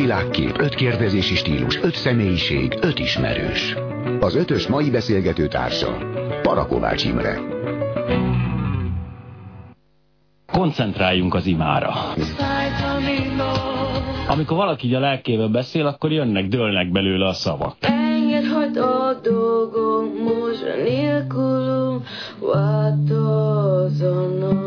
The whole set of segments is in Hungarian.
világkép, 5 kérdezési stílus, 5 személyiség, 5 ismerős. Az ötös mai beszélgető társa Parakovács Imre. Koncentráljunk az imára. Amikor valaki így a lelkével beszél, akkor jönnek, dőlnek belőle a szavak. Engedd, hagyd a dolgom, most nélkülünk változanak.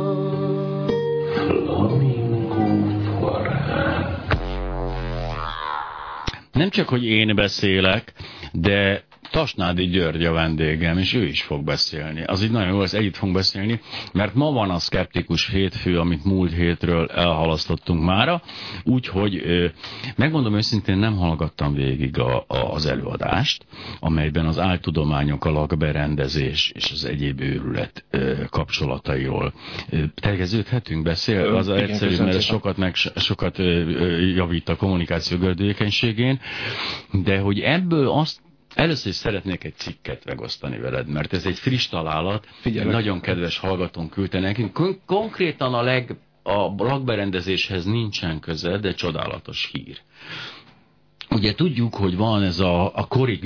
Nem csak, hogy én beszélek, de Tasnádi György a vendégem, és ő is fog beszélni. Az így nagyon jó, az együtt fogunk beszélni, mert ma van a szkeptikus hétfő, amit múlt hétről elhalasztottunk mára, úgyhogy megmondom őszintén, nem hallgattam végig az előadást, amelyben az áltudományok, a lakberendezés és az egyéb őrület kapcsolatairól tegeződhetünk, beszél. Az egyszerű, mert ez sokat javít a kommunikáció gördülékenységén, de hogy ebből azt először is szeretnék egy cikket megosztani veled, mert ez egy friss találat, nagyon kedves hallgatónk küldte nekünk. Konkrétan a lakberendezéshez nincsen köze, de csodálatos hír. Ugye tudjuk, hogy van ez a Cory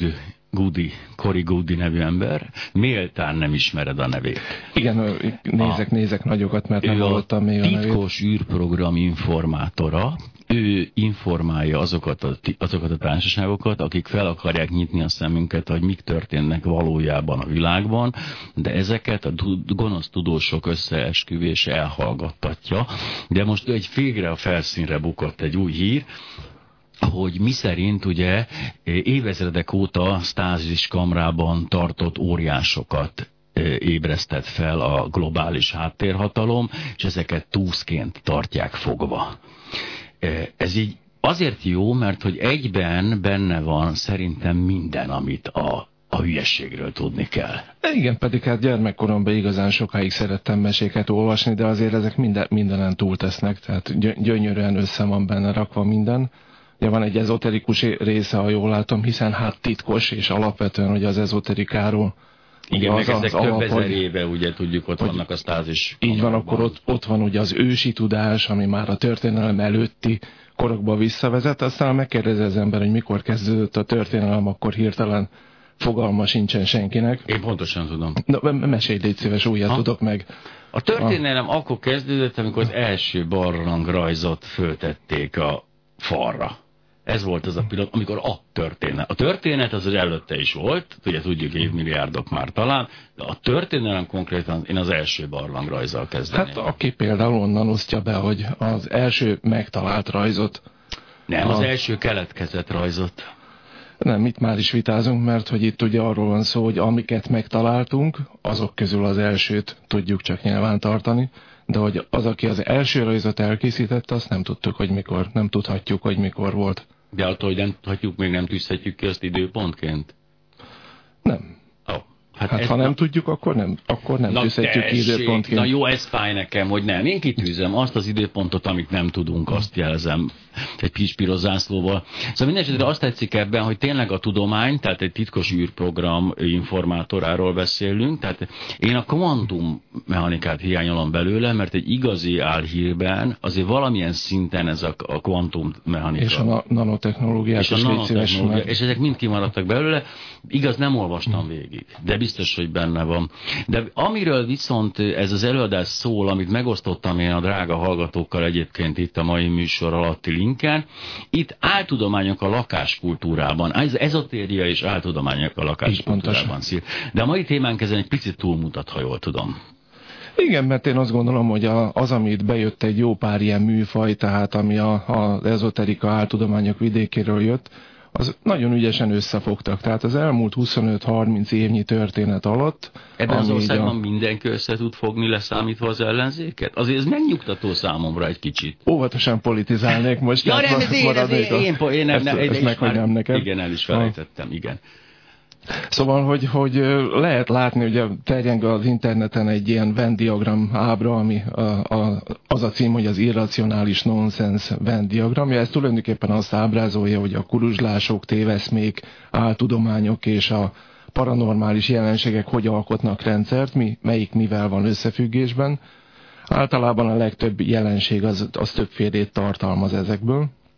Goody nevű ember, méltán nem ismered a nevét. Igen, nézek nagyokat, mert nem hallottam még a nevét. Titkos űrprogram informátora. Ő informálja azokat a társaságokat, akik fel akarják nyitni a szemünket, hogy mik történnek valójában a világban, de ezeket a gonosz tudósok összeesküvése elhallgattatja. De most egy végre a felszínre bukott egy új hír, hogy miszerint ugye évezredek óta sztáziskamrában tartott óriásokat ébresztett fel a globális háttérhatalom, és ezeket túszként tartják fogva. Ez így azért jó, mert hogy egyben benne van szerintem minden, amit a hülyességről tudni kell. Igen, pedig hát gyermekkoromban igazán sokáig szerettem meséket olvasni, de azért ezek mindenen túltesznek, tehát gyönyörűen össze van benne rakva minden. Ugye van egy ezoterikus része, ha jól látom, hiszen hát titkos, és alapvetően ugye az ezoterikáról. Igen, meg ezek több ezer éve, ugye tudjuk, ott vannak a sztázis. Így van, akkor ott van ugye az ősi tudás, ami már a történelem előtti korokba visszavezet, aztán megkérdezi az ember, hogy mikor kezdődött a történelem, akkor hirtelen fogalma sincsen senkinek. Én pontosan tudom. Na, mesélj, légy szíves, újat tudok meg. A történelem akkor kezdődött, amikor az első barlangrajzot föltették a falra. Ez volt az a pillanat, amikor a történet az előtte is volt, ugye tudjuk évmilliárdok már talán, de a történelem konkrétan én az első barlangrajzzal kezdeném. Hát aki például onnan osztja be, hogy az első megtalált rajzot. Nem, az első keletkezett rajzot. Nem, itt már is vitázunk, mert hogy itt ugye arról van szó, hogy amiket megtaláltunk, azok közül az elsőt tudjuk csak nyilván tartani, de hogy az, aki az első rajzot elkészítette, azt nem tudtuk, hogy mikor, nem tudhatjuk, hogy mikor volt. De attól, hogy nem tudhatjuk, még nem tűzhetjük ki azt időpontként? Nem. Oh. Hát ha nem tudjuk, akkor nem tűzhetjük ki időpontként. Na jó, ez fáj nekem, hogy nem. Én kitűzem azt az időpontot, amit nem tudunk, azt jelzem egy kis piros zászlóval. Szóval mindenesetre azt tetszik ebben, hogy tényleg a tudomány, tehát egy titkos űrprogram informátoráról beszélünk, tehát én a kvantummechanikát hiányolom belőle, mert egy igazi álhírben azért valamilyen szinten ez a kvantummechanika. És a nanotechnológiák. És ezek mind kimaradtak belőle. Igaz, nem olvastam végig, de biztos, hogy benne van. De amiről viszont ez az előadás szól, amit megosztottam én a drága hallgatókkal egyébként itt a mai műsor alatti linken, itt áltudományok a lakáskultúrában, ez ezotéria és áltudományok a lakáskultúrában szír. De a mai témánk ezen egy picit túlmutat, ha jól tudom. Igen, mert én azt gondolom, hogy az, amit bejött egy jó pár ilyen műfaj, tehát ami az ezoterika áltudományok vidékéről jött, az nagyon ügyesen összefogtak. Tehát az elmúlt 25-30 évnyi történet alatt... Ebben az országban mindenki össze tud fogni, leszámítva az ellenzéket? Azért ez megnyugtató számomra egy kicsit. Óvatosan politizálnék most. Ja, nem, ezt meghagynám neked. Igen, el is felejtettem, igen. Szóval, hogy lehet látni, ugye terjeng az interneten egy ilyen Venn diagram ábra, ami az a cím, hogy az irracionális nonsens Venn diagramja. Ez tulajdonképpen azt ábrázolja, hogy a kuruzslások, téveszmék, áltudományok és a paranormális jelenségek hogy alkotnak rendszert, melyik mivel van összefüggésben. Általában a legtöbb jelenség az többfélét tartalmaz ezekből.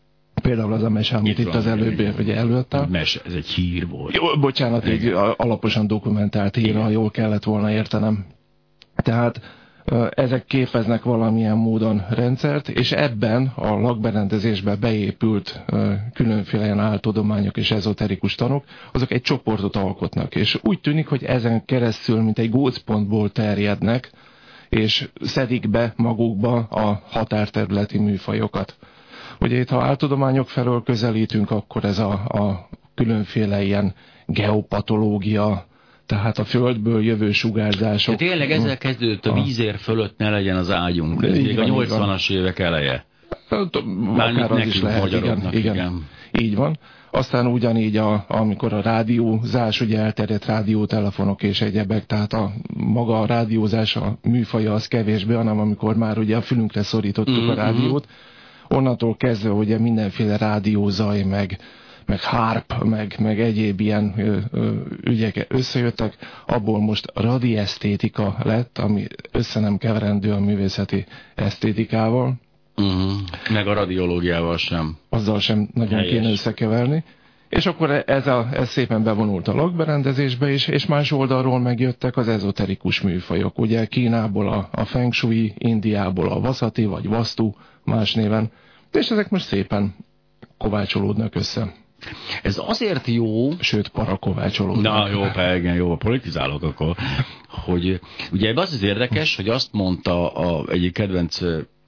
Például az a mese, amit itt az előbb ugye előadtál. Mese, ez egy hír volt. Jó, bocsánat, egy alaposan dokumentált hír, ha jól kellett volna értenem. Tehát ezek képeznek valamilyen módon rendszert, és ebben a lakberendezésbe beépült különféle ilyen áltudományok és ezoterikus tanok, azok egy csoportot alkotnak. És úgy tűnik, hogy ezen keresztül, mint egy gócpontból terjednek, és szedik be magukba a határterületi műfajokat. Ugye itt, ha áltudományok felől közelítünk, akkor ez a különféle ilyen geopatológia, tehát a földből jövő sugárzások. Tehát tényleg ezzel kezdődött a vízér fölött ne legyen az ágyunk. Ez még a 80-as évek eleje. Akár az is lehet, igen. Így van. Aztán ugyanígy, amikor a rádiózás, ugye elterjedt rádiótelefonok és egyebek, tehát maga a rádiózás, a műfaja az kevésbé, hanem amikor már ugye a fülünkre szorítottuk a rádiót, onnantól kezdve ugye mindenféle rádiózaj, meg harp, meg egyéb ilyen ügyek összejöttek, abból most radiesztétika lett, ami össze nem keverendő a művészeti esztétikával. Meg a radiológiával sem. Azzal sem nagyon kéne összekeverni. És akkor ez szépen bevonult a lakberendezésbe is, és más oldalról megjöttek az ezoterikus műfajok. Ugye Kínából a Feng Shui, Indiából a Vasati vagy Vastu más néven, és ezek most szépen kovácsolódnak össze. Ez azért jó... Sőt, parakovácsolódnak. Na jó, igen, jó, politizálok akkor. Hogy, ugye az érdekes, hogy azt mondta egyik kedvenc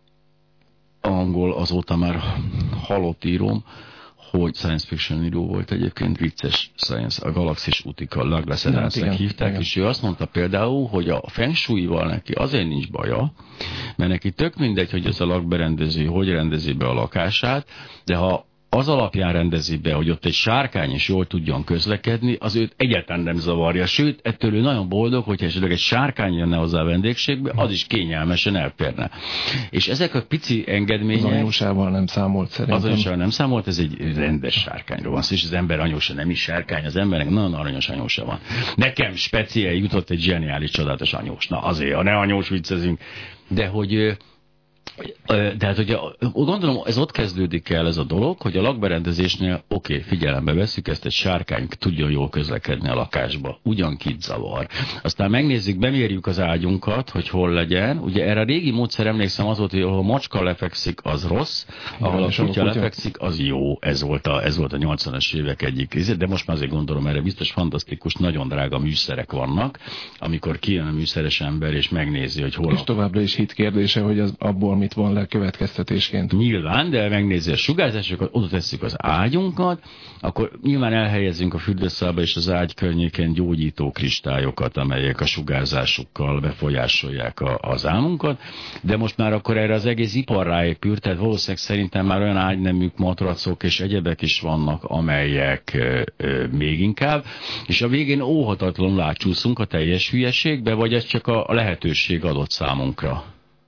angol, azóta már halott íróm, hogy science fiction író volt egyébként, vicces science, a Galaxis Utica, Douglas Adamsnek hívták, igen. És ő azt mondta például, hogy a Feng Shui-val neki azért nincs baja, mert neki tök mindegy, hogy ez a lakberendező hogy rendezi be a lakását, de ha az alapján rendezi be, hogy ott egy sárkány is jól tudjon közlekedni, az őt egyáltalán nem zavarja. Sőt, ettől ő nagyon boldog, hogyha esetleg egy sárkány jönne hozzá a vendégségbe, az is kényelmesen elférne. És ezek a pici engedmények... Az anyósával nem számolt szerintem. Az anyósával nem számolt, ez egy rendes sárkányról van szó, és az ember anyósa nem is sárkány, az embernek nagyon aranyos anyósa van. Nekem speciál jutott egy zseniális, csodálatos anyós. Na azért, ne anyós viccezünk. De hogy... De hát ugye gondolom, ez ott kezdődik el ez a dolog, hogy a lakberendezésnél figyelembe veszük, ezt egy sárkány tudjon jól közlekedni a lakásba. Ugyan kit zavar. Aztán megnézzük, bemérjük az ágyunkat, hogy hol legyen. Ugye erre a régi módszer, emlékszem, az volt, hogy ahol a macska lefekszik, az rossz, ahol a kutya lefekszik, az jó. Ez volt a 80-as évek egyik, de most már azért gondolom, erre biztos fantasztikus, nagyon drága műszerek vannak, amikor kijön a műszeres ember és megnézi, hogy hol. És továbbra is hit kérdése, hogy abból mit von le következtetésként. Nyilván, de megnézi a sugárzásokat, oda tesszük az ágyunkat, akkor nyilván elhelyezzünk a fürdőszobába és az ágy környéken gyógyító kristályokat, amelyek a sugárzásukkal befolyásolják az álmunkat, de most már akkor erre az egész ipar ráépült, tehát valószínűleg szerintem már olyan ágyneműk, matracok és egyebek is vannak, amelyek még inkább, és a végén óhatatlanul átcsúszunk a teljes hülyeségbe, vagy ez csak a lehetőség adott számunkra?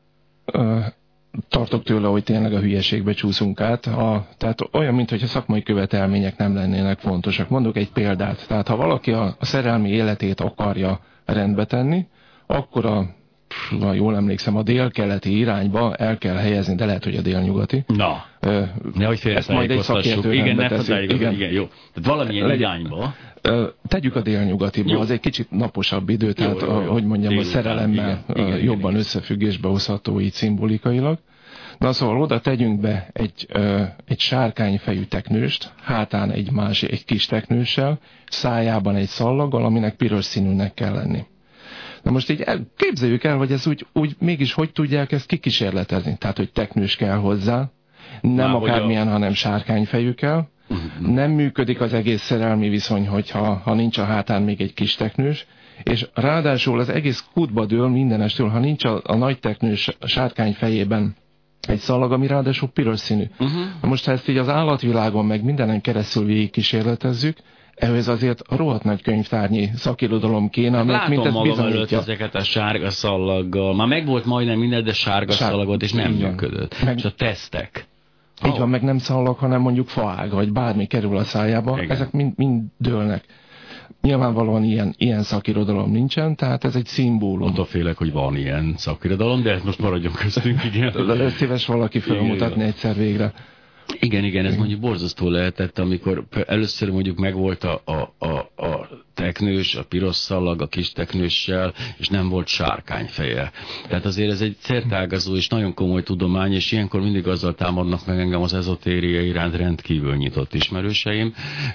Tartok tőle, hogy tényleg a hülyeségbe csúszunk át. Tehát olyan, mintha szakmai követelmények nem lennének fontosak. Mondok egy példát. Tehát ha valaki a szerelmi életét akarja rendbe tenni, akkor jól emlékszem, a délkeleti irányba el kell helyezni, de lehet, hogy a délnyugati. Na, nehogy félretájékoztassuk. Igen, jó. Tehát valamilyen irányba. Tegyük a délnyugatiba, jó. Az egy kicsit naposabb idő, tehát hogy mondjam, a szerelemmel jobban összefüggésbe hozható így szimbolikailag. Na szóval oda tegyünk be egy sárkányfejű teknőst, hátán egy kis teknőssel, szájában egy szallaggal, aminek piros színűnek kell lenni. Na most így képzeljük el, hogy ez úgy mégis hogy tudják ezt kikísérletezni. Tehát, hogy teknős kell hozzá, nem akármilyen, hanem sárkányfejű kell. Nem működik az egész szerelmi viszony, hogyha nincs a hátán még egy kis teknős, és ráadásul az egész kútba dől mindenestől, ha nincs a nagy teknős sárkány fejében egy szalag, ami ráadásul piros színű. Most ha ezt így az állatvilágon meg mindenen keresztül végig kísérletezzük, ehhez azért rohadt nagy könyvtárnyi szakirodalom kéne, amelyek mint ezt bizonyítja. Látom magam előtt ezeket a sárga szallaggal. Már megvolt majdnem minden, de sárga szalagot, és nem működött. És a tesztek. Így van, meg nem szallag, hanem mondjuk faág, vagy bármi kerül a szájába. Igen. Ezek mind dőlnek. Nyilvánvalóan ilyen szakirodalom nincsen, tehát ez egy szimbólum. Attól félek, hogy van ilyen szakirodalom, de most maradjon köztünk, igen. Szíves valaki felmutatni egyszer végre. Igen, ez mondjuk borzasztó lehetett, amikor először mondjuk megvolt a teknős, a piros szalag, a kis teknőssel, és nem volt sárkányfeje. Tehát azért ez egy szertágazó és nagyon komoly tudomány, és ilyenkor mindig azzal támadnak meg engem az ezotéria iránt rendkívül nyitott ismerőseim,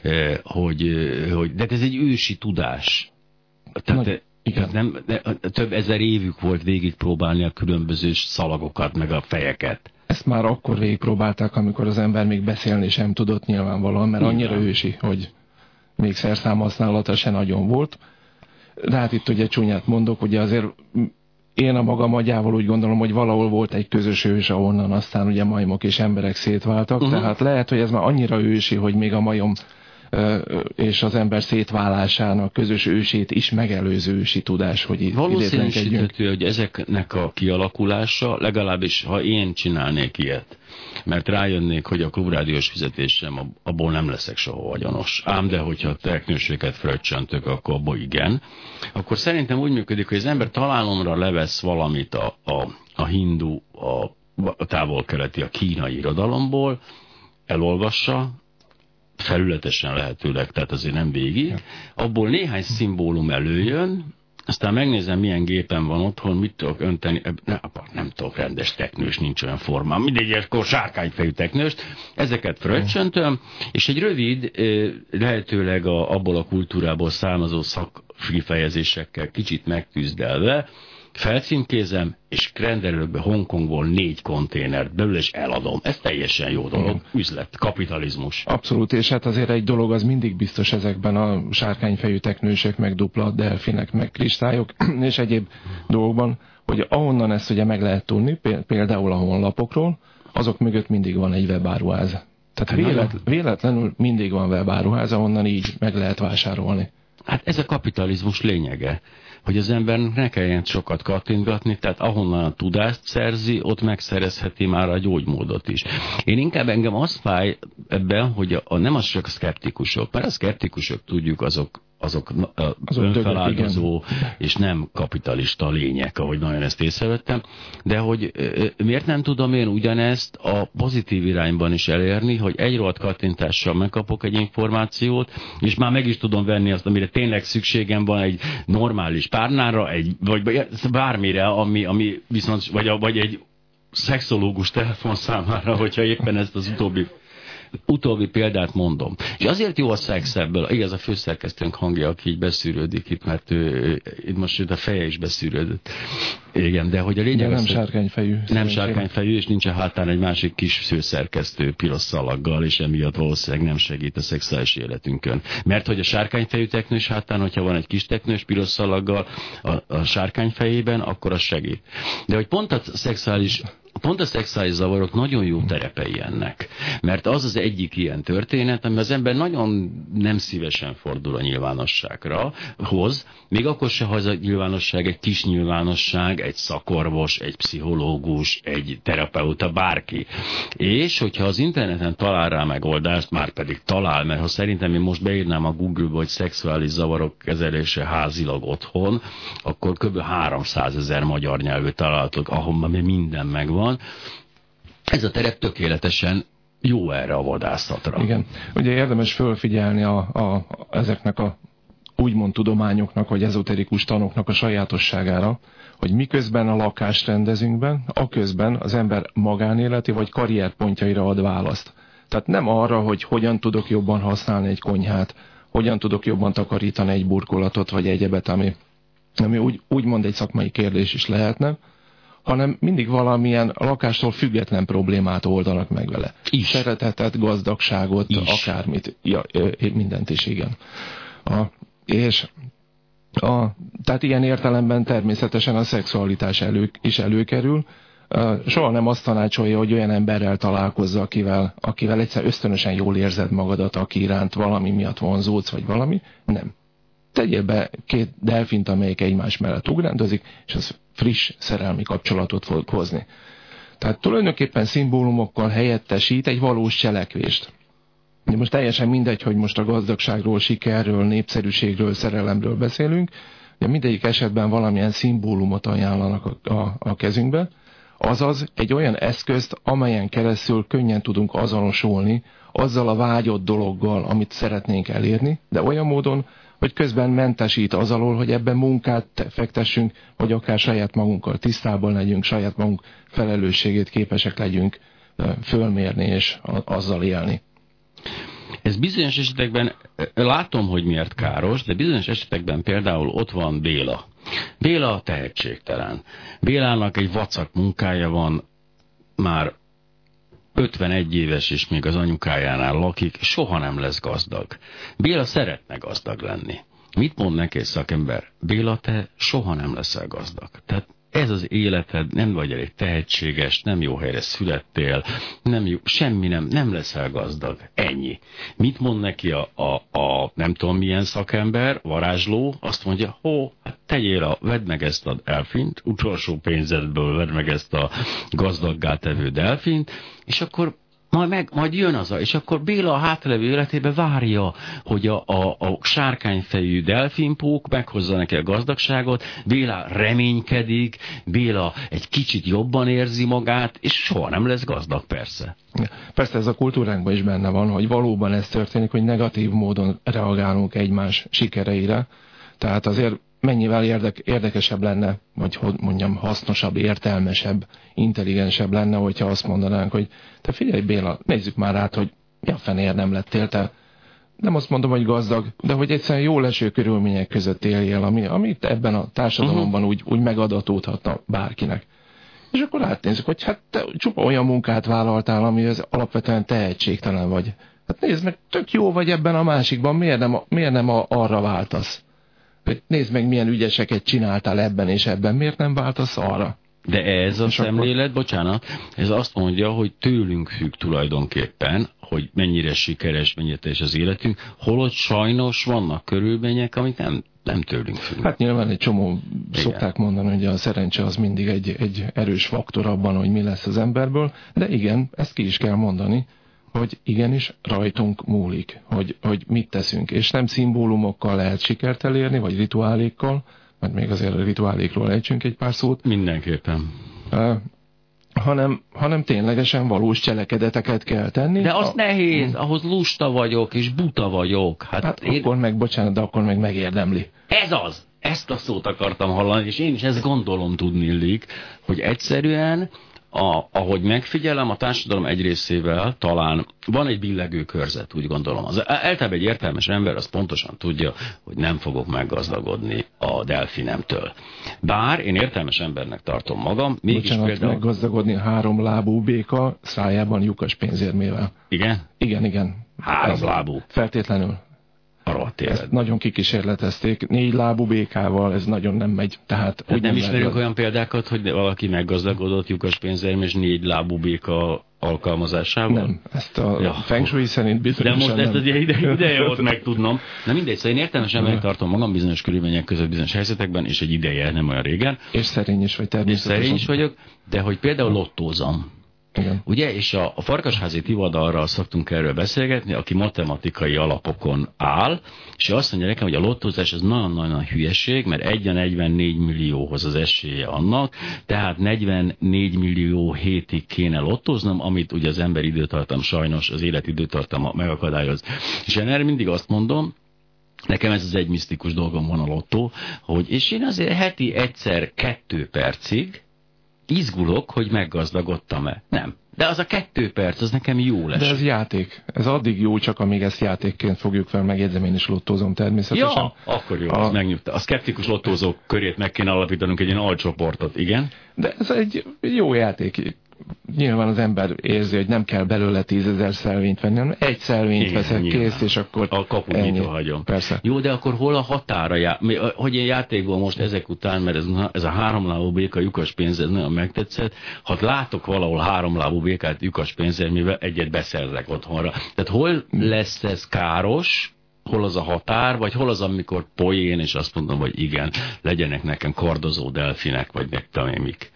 de ez egy ősi tudás. Tehát több ezer évük volt végigpróbálni a különböző szalagokat, meg a fejeket. Ezt már akkor végigpróbálták, amikor az ember még beszélni sem tudott nyilvánvalóan, mert annyira ősi, hogy még szerszámhasználata se nagyon volt. De hát itt ugye csúnyát mondok, ugye azért én a magam agyával úgy gondolom, hogy valahol volt egy közös ős, ahonnan aztán ugye majmok és emberek szétváltak, tehát lehet, hogy ez már annyira ősi, hogy még a majom és az ember szétválásának közös ősét is megelőző ősi tudás, hogy itt valószínűsíthető, hogy ezeknek a kialakulása, legalábbis ha én csinálnék ilyet, mert rájönnék, hogy a klubrádiós fizetésem, abból nem leszek soha vagyonos. Ám de hogyha teknőséget fröccsöntök, akkor abból igen. Akkor szerintem úgy működik, hogy az ember találomra levesz valamit a hindu, a távol-keleti, a kínai irodalomból, elolvassa, felületesen lehetőleg, tehát azért nem végig, abból néhány szimbólum előjön, aztán megnézem, milyen gépen van otthon, mit tudok önteni, nem tudok rendes teknős, nincs olyan formám, mindegy, akkor sárkányfejű teknőst, ezeket fröccsöntöm, és egy rövid, lehetőleg abból a kultúrából származó szakkifejezésekkel kicsit megtűzdelve, felcímkézem, és rendelök be Hongkongból 4 konténert belőle, és eladom. Ez teljesen jó dolog. Üzlet, kapitalizmus. Abszolút, és hát azért egy dolog az mindig biztos ezekben a sárkányfejű teknősök, meg dupla delfinek, meg kristályok, és egyéb dolgokban, hogy ahonnan ezt ugye meg lehet tudni, például a honlapokról, azok mögött mindig van egy webáruház. Tehát véletlenül mindig van webáruház, ahonnan így meg lehet vásárolni. Hát ez a kapitalizmus lényege, hogy az embernek ne kelljen sokat kattintgatni, tehát ahonnan a tudást szerzi, ott megszerezheti már a gyógymódot is. Én inkább engem azt fáj ebben, hogy nem az csak a szkeptikusok, mert a szkeptikusok tudjuk azok önfeláldozó és nem kapitalista lények, ahogy nagyon ezt észrevettem, de hogy miért nem tudom én ugyanezt a pozitív irányban is elérni, hogy egy rohadt kattintással megkapok egy információt, és már meg is tudom venni azt, amire tényleg szükségem van egy normális párnára, vagy bármire, ami viszont, vagy egy szexológus telefonszámára, hogyha éppen ezt az utóbbi példát mondom. És azért jó a szex ebből, igaz, a főszerkesztőnk hangja, aki így beszűrődik itt, mert itt most a feje is beszűrődött. Igen, de hogy a lényeg nem sárkányfejű. Nem sárkányfejű, és nincs a hátán egy másik kis főszerkesztő piros szalaggal, és emiatt valószínűleg nem segít a szexuális életünkön. Mert hogy a sárkányfejű teknős hátán, hogyha van egy kis teknős piros szalaggal a sárkányfejében, akkor az segít. De hogy pont a szexuális zavarok nagyon jó terepei ennek. Mert az az egyik ilyen történet, ami az ember nagyon nem szívesen fordul a nyilvánosságra, még akkor se, ha az a nyilvánosság egy kis nyilvánosság, egy szakorvos, egy pszichológus, egy terapeuta, bárki. És hogyha az interneten talál rá megoldást, már pedig talál, mert ha szerintem én most beírnám a Google-ba, hogy szexuális zavarok kezelése házilag otthon, akkor kb. 300 000 magyar nyelvű találtok, ahol minden megvan. Ez a terep tökéletesen jó erre a vadászatra. Igen. Ugye érdemes fölfigyelni ezeknek a úgymond tudományoknak, vagy ezoterikus tanoknak a sajátosságára, hogy miközben a lakást rendezünk be, aközben az ember magánéleti vagy karrierpontjaira ad választ. Tehát nem arra, hogy hogyan tudok jobban használni egy konyhát, hogyan tudok jobban takarítani egy burkolatot, vagy egyebet, ami úgymond egy szakmai kérdés is lehetne, hanem mindig valamilyen lakástól független problémát oldanak meg vele. Szeretetet, gazdagságot, akármit, mindent is, igen. Tehát ilyen értelemben természetesen a szexualitás is előkerül. Soha nem azt tanácsolja, hogy olyan emberrel találkozza, akivel egyszer ösztönösen jól érzed magadat, aki iránt valami miatt vonzódsz, vagy valami. Nem. Tegyél be 2 delfint, amelyik egymás mellett ugrándozik, és az friss szerelmi kapcsolatot fog hozni. Tehát tulajdonképpen szimbólumokkal helyettesít egy valós cselekvést. De most teljesen mindegy, hogy most a gazdagságról, sikerről, népszerűségről, szerelemről beszélünk, de mindegyik esetben valamilyen szimbólumot ajánlanak a kezünkbe, Azaz egy olyan eszközt, amelyen keresztül könnyen tudunk azonosulni azzal a vágyott dologgal, amit szeretnénk elérni, de olyan módon, hogy közben mentesít az alól, hogy ebben munkát fektessünk, vagy akár saját magunkkal tisztában legyünk, saját magunk felelősségét képesek legyünk fölmérni és azzal élni. Ez bizonyos esetekben, látom, hogy miért káros, de bizonyos esetekben például ott van Béla. Béla tehetségtelen. Bélának egy vacak munkája van, már 51 éves, és még az anyukájánál lakik, soha nem lesz gazdag. Béla szeretne gazdag lenni. Mit mond neki egy szakember? Béla, te soha nem leszel gazdag. Tehát ez az életed, nem vagy elég tehetséges, nem jó helyre születtél, nem jó, semmi nem leszel gazdag. Ennyi. Mit mond neki a nem tudom milyen szakember, varázsló, azt mondja, vedd meg ezt a delfint, utolsó pénzedből vedd meg ezt a gazdaggá tevő delfint, és akkor majd jön és akkor Béla a hátralevő életében várja, hogy a sárkányfejű delfinpók meghozza neki a gazdagságot, Béla reménykedik, Béla egy kicsit jobban érzi magát, és soha nem lesz gazdag, persze. Persze ez a kultúránkban is benne van, hogy valóban ez történik, hogy negatív módon reagálunk egymás sikereire, tehát azért mennyivel érdekesebb lenne, vagy hogy mondjam, hasznosabb, értelmesebb, intelligensebb lenne, hogyha azt mondanánk, hogy te figyelj Béla, nézzük már át, hogy mi a fenér nem lettél te. Nem azt mondom, hogy gazdag, de hogy egyszerűen jól eső körülmények között éljél, amit ebben a társadalomban úgy megadatódhatna bárkinek. És akkor átnézzük, hogy hát te csupa olyan munkát vállaltál, amihez alapvetően tehetségtelen vagy. Hát nézd meg, tök jó vagy ebben a másikban, miért nem arra váltasz? Nézd meg, milyen ügyeseket csináltál ebben és ebben, miért nem váltasz arra? De ez a szemlélet, bocsánat, ez azt mondja, hogy tőlünk függ tulajdonképpen, hogy mennyire sikeres, mennyire teljes az életünk, holott sajnos vannak körülmények, amik nem tőlünk függ. Hát nyilván egy csomó szokták mondani, hogy a szerencse az mindig egy erős faktor abban, hogy mi lesz az emberből, de igen, ezt ki is kell mondani, hogy igenis rajtunk múlik, hogy mit teszünk, és nem szimbólumokkal lehet sikert elérni, vagy rituálékkal, mert még azért a rituálékról ejtsünk egy pár szót. Mindenképpen. Hanem ténylegesen valós cselekedeteket kell tenni. De az nehéz, ahhoz lusta vagyok, és buta vagyok. Hát akkor meg, bocsánat, de akkor meg megérdemli. Ez az! Ezt a szót akartam hallani, és én is ezt gondolom tudni illik, hogy egyszerűen ahogy megfigyelem, a társadalom egy részével talán van egy billegő körzet, úgy gondolom. Általában egy értelmes ember az pontosan tudja, hogy nem fogok meggazdagodni a delfinemtől. Bár én értelmes embernek tartom magam, mégis például... meggazdagodni 3 lábú béka szájában lyukas pénzérmével. Igen? Igen. 3 lábú. Feltétlenül. Ezt nagyon kikísérletezték. 4 lábú békával ez nagyon nem megy. Tehát nem ismerünk olyan példákat, hogy valaki meggazdagodott lyukas pénzérm és 4 lábú béka alkalmazásával? Nem, ezt a feng shui szerint bizonyosan nem. De most nem. ezt az ideje volt megtudnom. Na mindegy, szóval én értelmesen megtartom magam bizonyos körülmények között bizonyos helyzetekben, és egy ideje, nem olyan régen. És szerény is vagy természetesen. És szerény is vagyok, de hogy például lottózom. Igen. Ugye, és a Farkasházi Tivadarral szoktunk erről beszélgetni, aki matematikai alapokon áll, és azt mondja nekem, hogy a lottózás az nagyon-nagyon hülyeség, mert 1-44 millióhoz az esélye annak, tehát 44 millió hétig kéne lottóznom, amit ugye az ember időtartam sajnos, az élet időtartama megakadályoz. És én erre mindig azt mondom, nekem ez az egy misztikus dolgom van a lottó, hogy és én azért heti egyszer 2 percig izgulok, hogy meggazdagodtam-e. Nem. De az a 2 perc, az nekem jó lesz. De ez játék. Ez addig jó, csak amíg ezt játékként fogjuk fel, megjegyzem, én is lottózom természetesen. Ja, akkor jó, az megnyugta. A szkeptikus lottózók körét meg kéne alapítanunk egy ilyen alcsoportot, igen? De ez egy jó játék. Nyilván az ember érzi, hogy nem kell belőle 10 000 szelvényt venni, hanem egy szelvényt veszek, kész, és akkor a kaput nyitva hagyom. Persze. Jó, de akkor hol a határa? Hogy én játékból most ezek után, mert ez a 3 lábú béka lyukas pénzed nagyon megtetszett, ha látok valahol 3 lábú békát lyukas pénzed, mivel egyet beszerzek otthonra. Tehát hol lesz ez káros, hol az a határ, vagy hol az, amikor poén, és azt mondom, hogy igen, legyenek nekem kardozó delfinek, vagy nektem mik.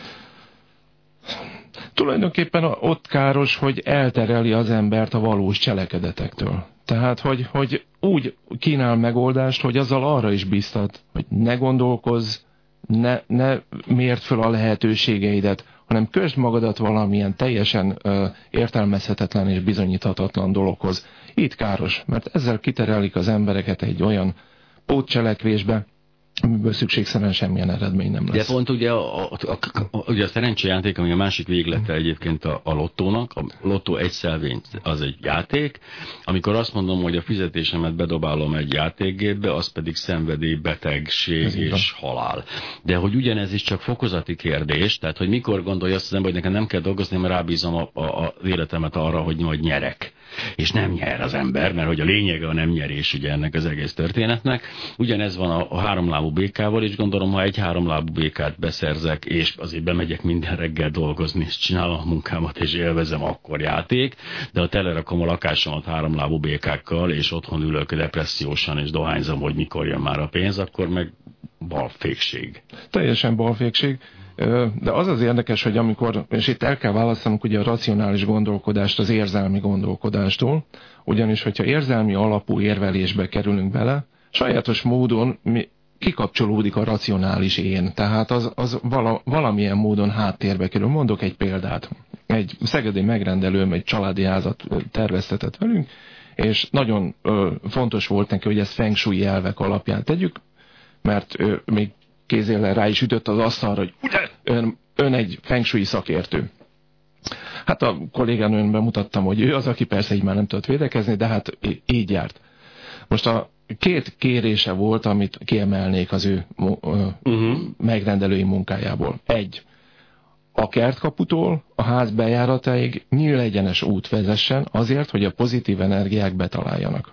Tulajdonképpen ott káros, hogy eltereli az embert a valós cselekedetektől. Tehát, hogy úgy kínál megoldást, hogy azzal arra is biztat, hogy ne gondolkozz, ne mérd föl a lehetőségeidet, hanem kösd magadat valamilyen teljesen értelmezhetetlen és bizonyíthatatlan dologhoz. Itt káros, mert ezzel kiterelik az embereket egy olyan pótcselekvésbe, amiből szükségszerűen semmilyen eredmény nem lesz. De pont ugye ugye a szerencsejáték, ami a másik véglete egyébként a lottónak, a lottó egy szelvény az egy játék, amikor azt mondom, hogy a fizetésemet bedobálom egy játékgépbe, az pedig szenvedély, betegség és halál. De hogy ugyanez is csak fokozati kérdés, tehát hogy mikor gondolja azt az ember, hogy nekem nem kell dolgozni, mert rábízom a életemet arra, hogy majd nyerek. És nem nyer az ember, mert hogy a lényege a nem nyerés ugye ennek az egész történetnek. Ugyanez van a háromlábú békával, és gondolom, ha egy háromlábú békát beszerzek, és azért bemegyek minden reggel dolgozni, és csinálom a munkámat, és élvezem, akkor játék, de ha telerakom a lakásomat háromlábú békákkal, és otthon ülök depressziósan, és dohányzom, hogy mikor jön már a pénz, akkor meg balfékség. Teljesen balfékség. De az az érdekes, hogy amikor, és itt el kell választanunk ugye a racionális gondolkodást az érzelmi gondolkodástól, ugyanis, hogyha érzelmi alapú érvelésbe kerülünk bele, sajátos módon kikapcsolódik a racionális én, tehát az valamilyen módon háttérbe kerül. Mondok egy példát. Egy szegedi megrendelőm egy családi házat terveztetett velünk, és nagyon fontos volt neki, hogy ezt feng shui elvek alapján tegyük, mert még kézéllel rá is ütött az asztalra, hogy ugye, ön egy feng shui szakértő. Hát a kollégánőmben mutattam, hogy ő az, aki persze így már nem tudott védekezni, de hát így járt. Most a két kérése volt, amit kiemelnék az ő megrendelői munkájából. Egy, a kertkaputól a ház bejáratáig nyílegyenes út vezessen azért, hogy a pozitív energiák betaláljanak.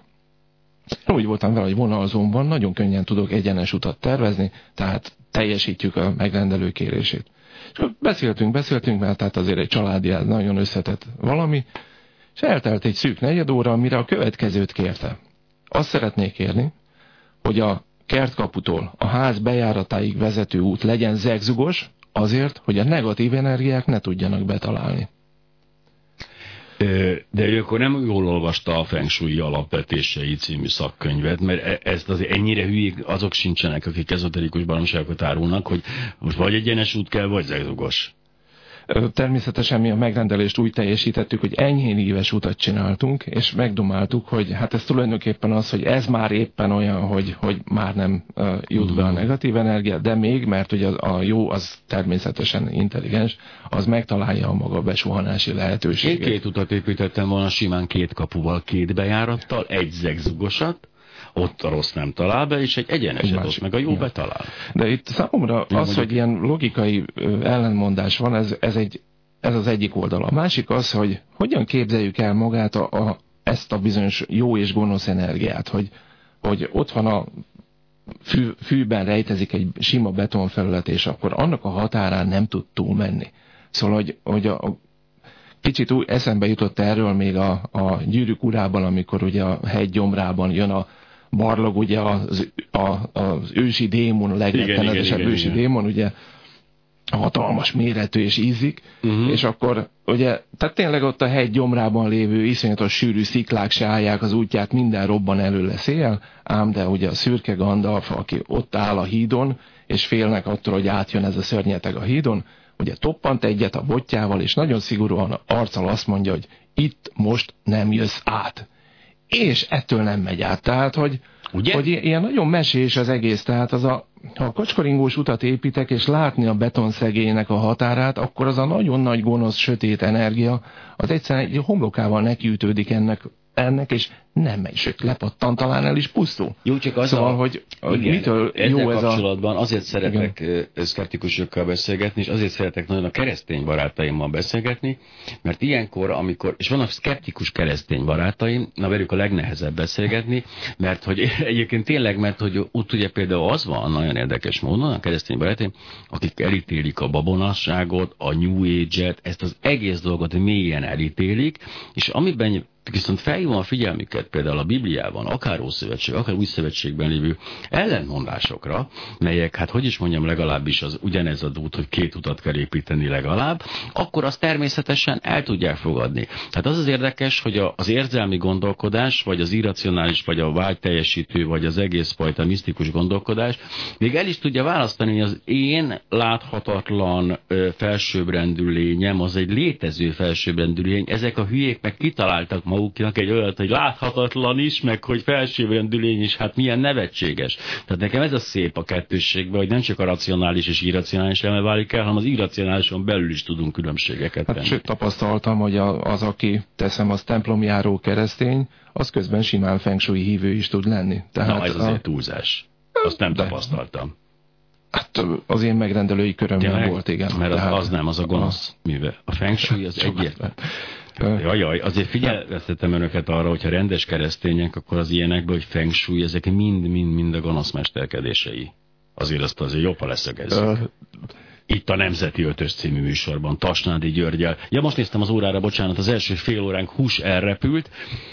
Úgy voltam vele, hogy vonalzómban nagyon könnyen tudok egyenes utat tervezni, tehát teljesítjük a megrendelő kérését. És beszéltünk, mert tehát azért egy családi nagyon összetett valami, és eltelt egy szűk negyed óra, mire a következőt kérte. Azt szeretnék kérni, hogy a kertkaputól a ház bejáratáig vezető út legyen zegzugos, azért, hogy a negatív energiák ne tudjanak betalálni. De ő akkor nem jól olvasta a Feng Shui alapvetései című szakkönyvet, mert ezt azért ennyire hülyék azok sincsenek, akik ezoterikus baromságokat árulnak, hogy most vagy egyenes út kell, vagy zegzugos. Természetesen mi a megrendelést úgy teljesítettük, hogy enyhén íves utat csináltunk, és megdomáltuk, hogy hát ez tulajdonképpen az, hogy ez már éppen olyan, hogy már nem jut be a negatív energia, de még, mert ugye a jó az természetesen intelligens, az megtalálja a maga besuhanási lehetőséget. Én két utat építettem volna simán két kapuval, két bejárattal, egy zegzugosat, ott a rossz nem talál be, és egy egyeneset ott meg a jó betalál. De itt számomra az, hogy ilyen logikai ellenmondás van, ez az egyik oldala. A másik az, hogy hogyan képzeljük el magát ezt a bizonyos jó és gonosz energiát, hogy ott van a fűben rejtezik egy sima betonfelület, és akkor annak a határán nem tud túlmenni. Szóval, hogy kicsit úgy eszembe jutott erről még a Gyűrűk urában, amikor ugye a hegy gyomrában jön a barlang, ugye az ősi démon, a legrettenetesebb ősi démon, ugye hatalmas méretű és ízik, és akkor ugye, tehát tényleg ott a hegy gyomrában lévő iszonyatos sűrű sziklák se állják az útját, minden robban előle szél, ám de ugye a szürke Gandalf, aki ott áll a hídon, és félnek attól, hogy átjön ez a szörnyeteg a hídon, ugye toppant egyet a botjával, és nagyon szigorúan arccal azt mondja, hogy itt most nem jössz át. És ettől nem megy át. Tehát, hogy ilyen nagyon mesés az egész. Tehát ha a kacskaringós utat építek, és látni a betonszegélynek a határát, akkor az a nagyon nagy gonosz, sötét energia, az egyszerűen egy homlokával nekiütődik ennek, és nem megy, sőt, lepattan, talán el is pusztul. Jó, csak az szóval, hogy mitől jó ez kapcsolatban azért szeretek szkeptikusokkal beszélgetni, és azért szeretek nagyon a keresztény barátaimmal beszélgetni, mert ilyenkor, és vannak szkeptikus keresztény barátaim, na velük a legnehezebb beszélgetni, mert hogy egyébként tényleg, mert hogy ott ugye például az van nagyon érdekes módon, a keresztény barátaim, akik elítélik a babonasságot, a New Age-et, ezt az egész dolgot mélyen elítélik, és amiben viszont felhívom a figyelmüket például a Bibliában, akár Ószövetség, akár Új Szövetségben lévő ellentmondásokra, melyek, hát hogy is mondjam, legalábbis az ugyanez a út, hogy 2 utat kell építeni legalább, akkor azt természetesen el tudják fogadni. Tehát az érdekes, hogy az érzelmi gondolkodás, vagy az irracionális, vagy a vágyteljesítő, vagy az egész fajta misztikus gondolkodás még el is tudja választani, hogy az én láthatatlan felsőbbrendű lényem, az egy létező felsőbbrendű lény. Ezek a hülyék meg kitaláltak maguknak egy olyat, hogy láthatatlan is, meg hogy felsőbbrendű lény is, hát milyen nevetséges. Tehát nekem ez a szép a kettősségben, hogy nem csak a racionális és irracionális elme válik el, hanem az irracionálison belül is tudunk különbségeket tenni. Sőt, tapasztaltam, hogy az, aki teszem, az templomjáró keresztény, az közben simán feng shui hívő is tud lenni. Tehát na, ez azért túlzás. Azt nem tapasztaltam. Hát az én megrendelői körömben volt, igen. Mert az nem, az a gonosz műve. A feng shui az egyértelmű. Jaj, azért figyelmeztetem önöket arra, hogyha rendes keresztények, akkor az ilyenekből, hogy feng shui, ezek mind a gonosz mesterkedései. Azért azt azért jobb, ha leszögezzük. Itt a Nemzeti 5-ös című műsorban, Tasnádi Györggyel. Ja, most néztem az órára, bocsánat, az első fél óránk hús elrepült,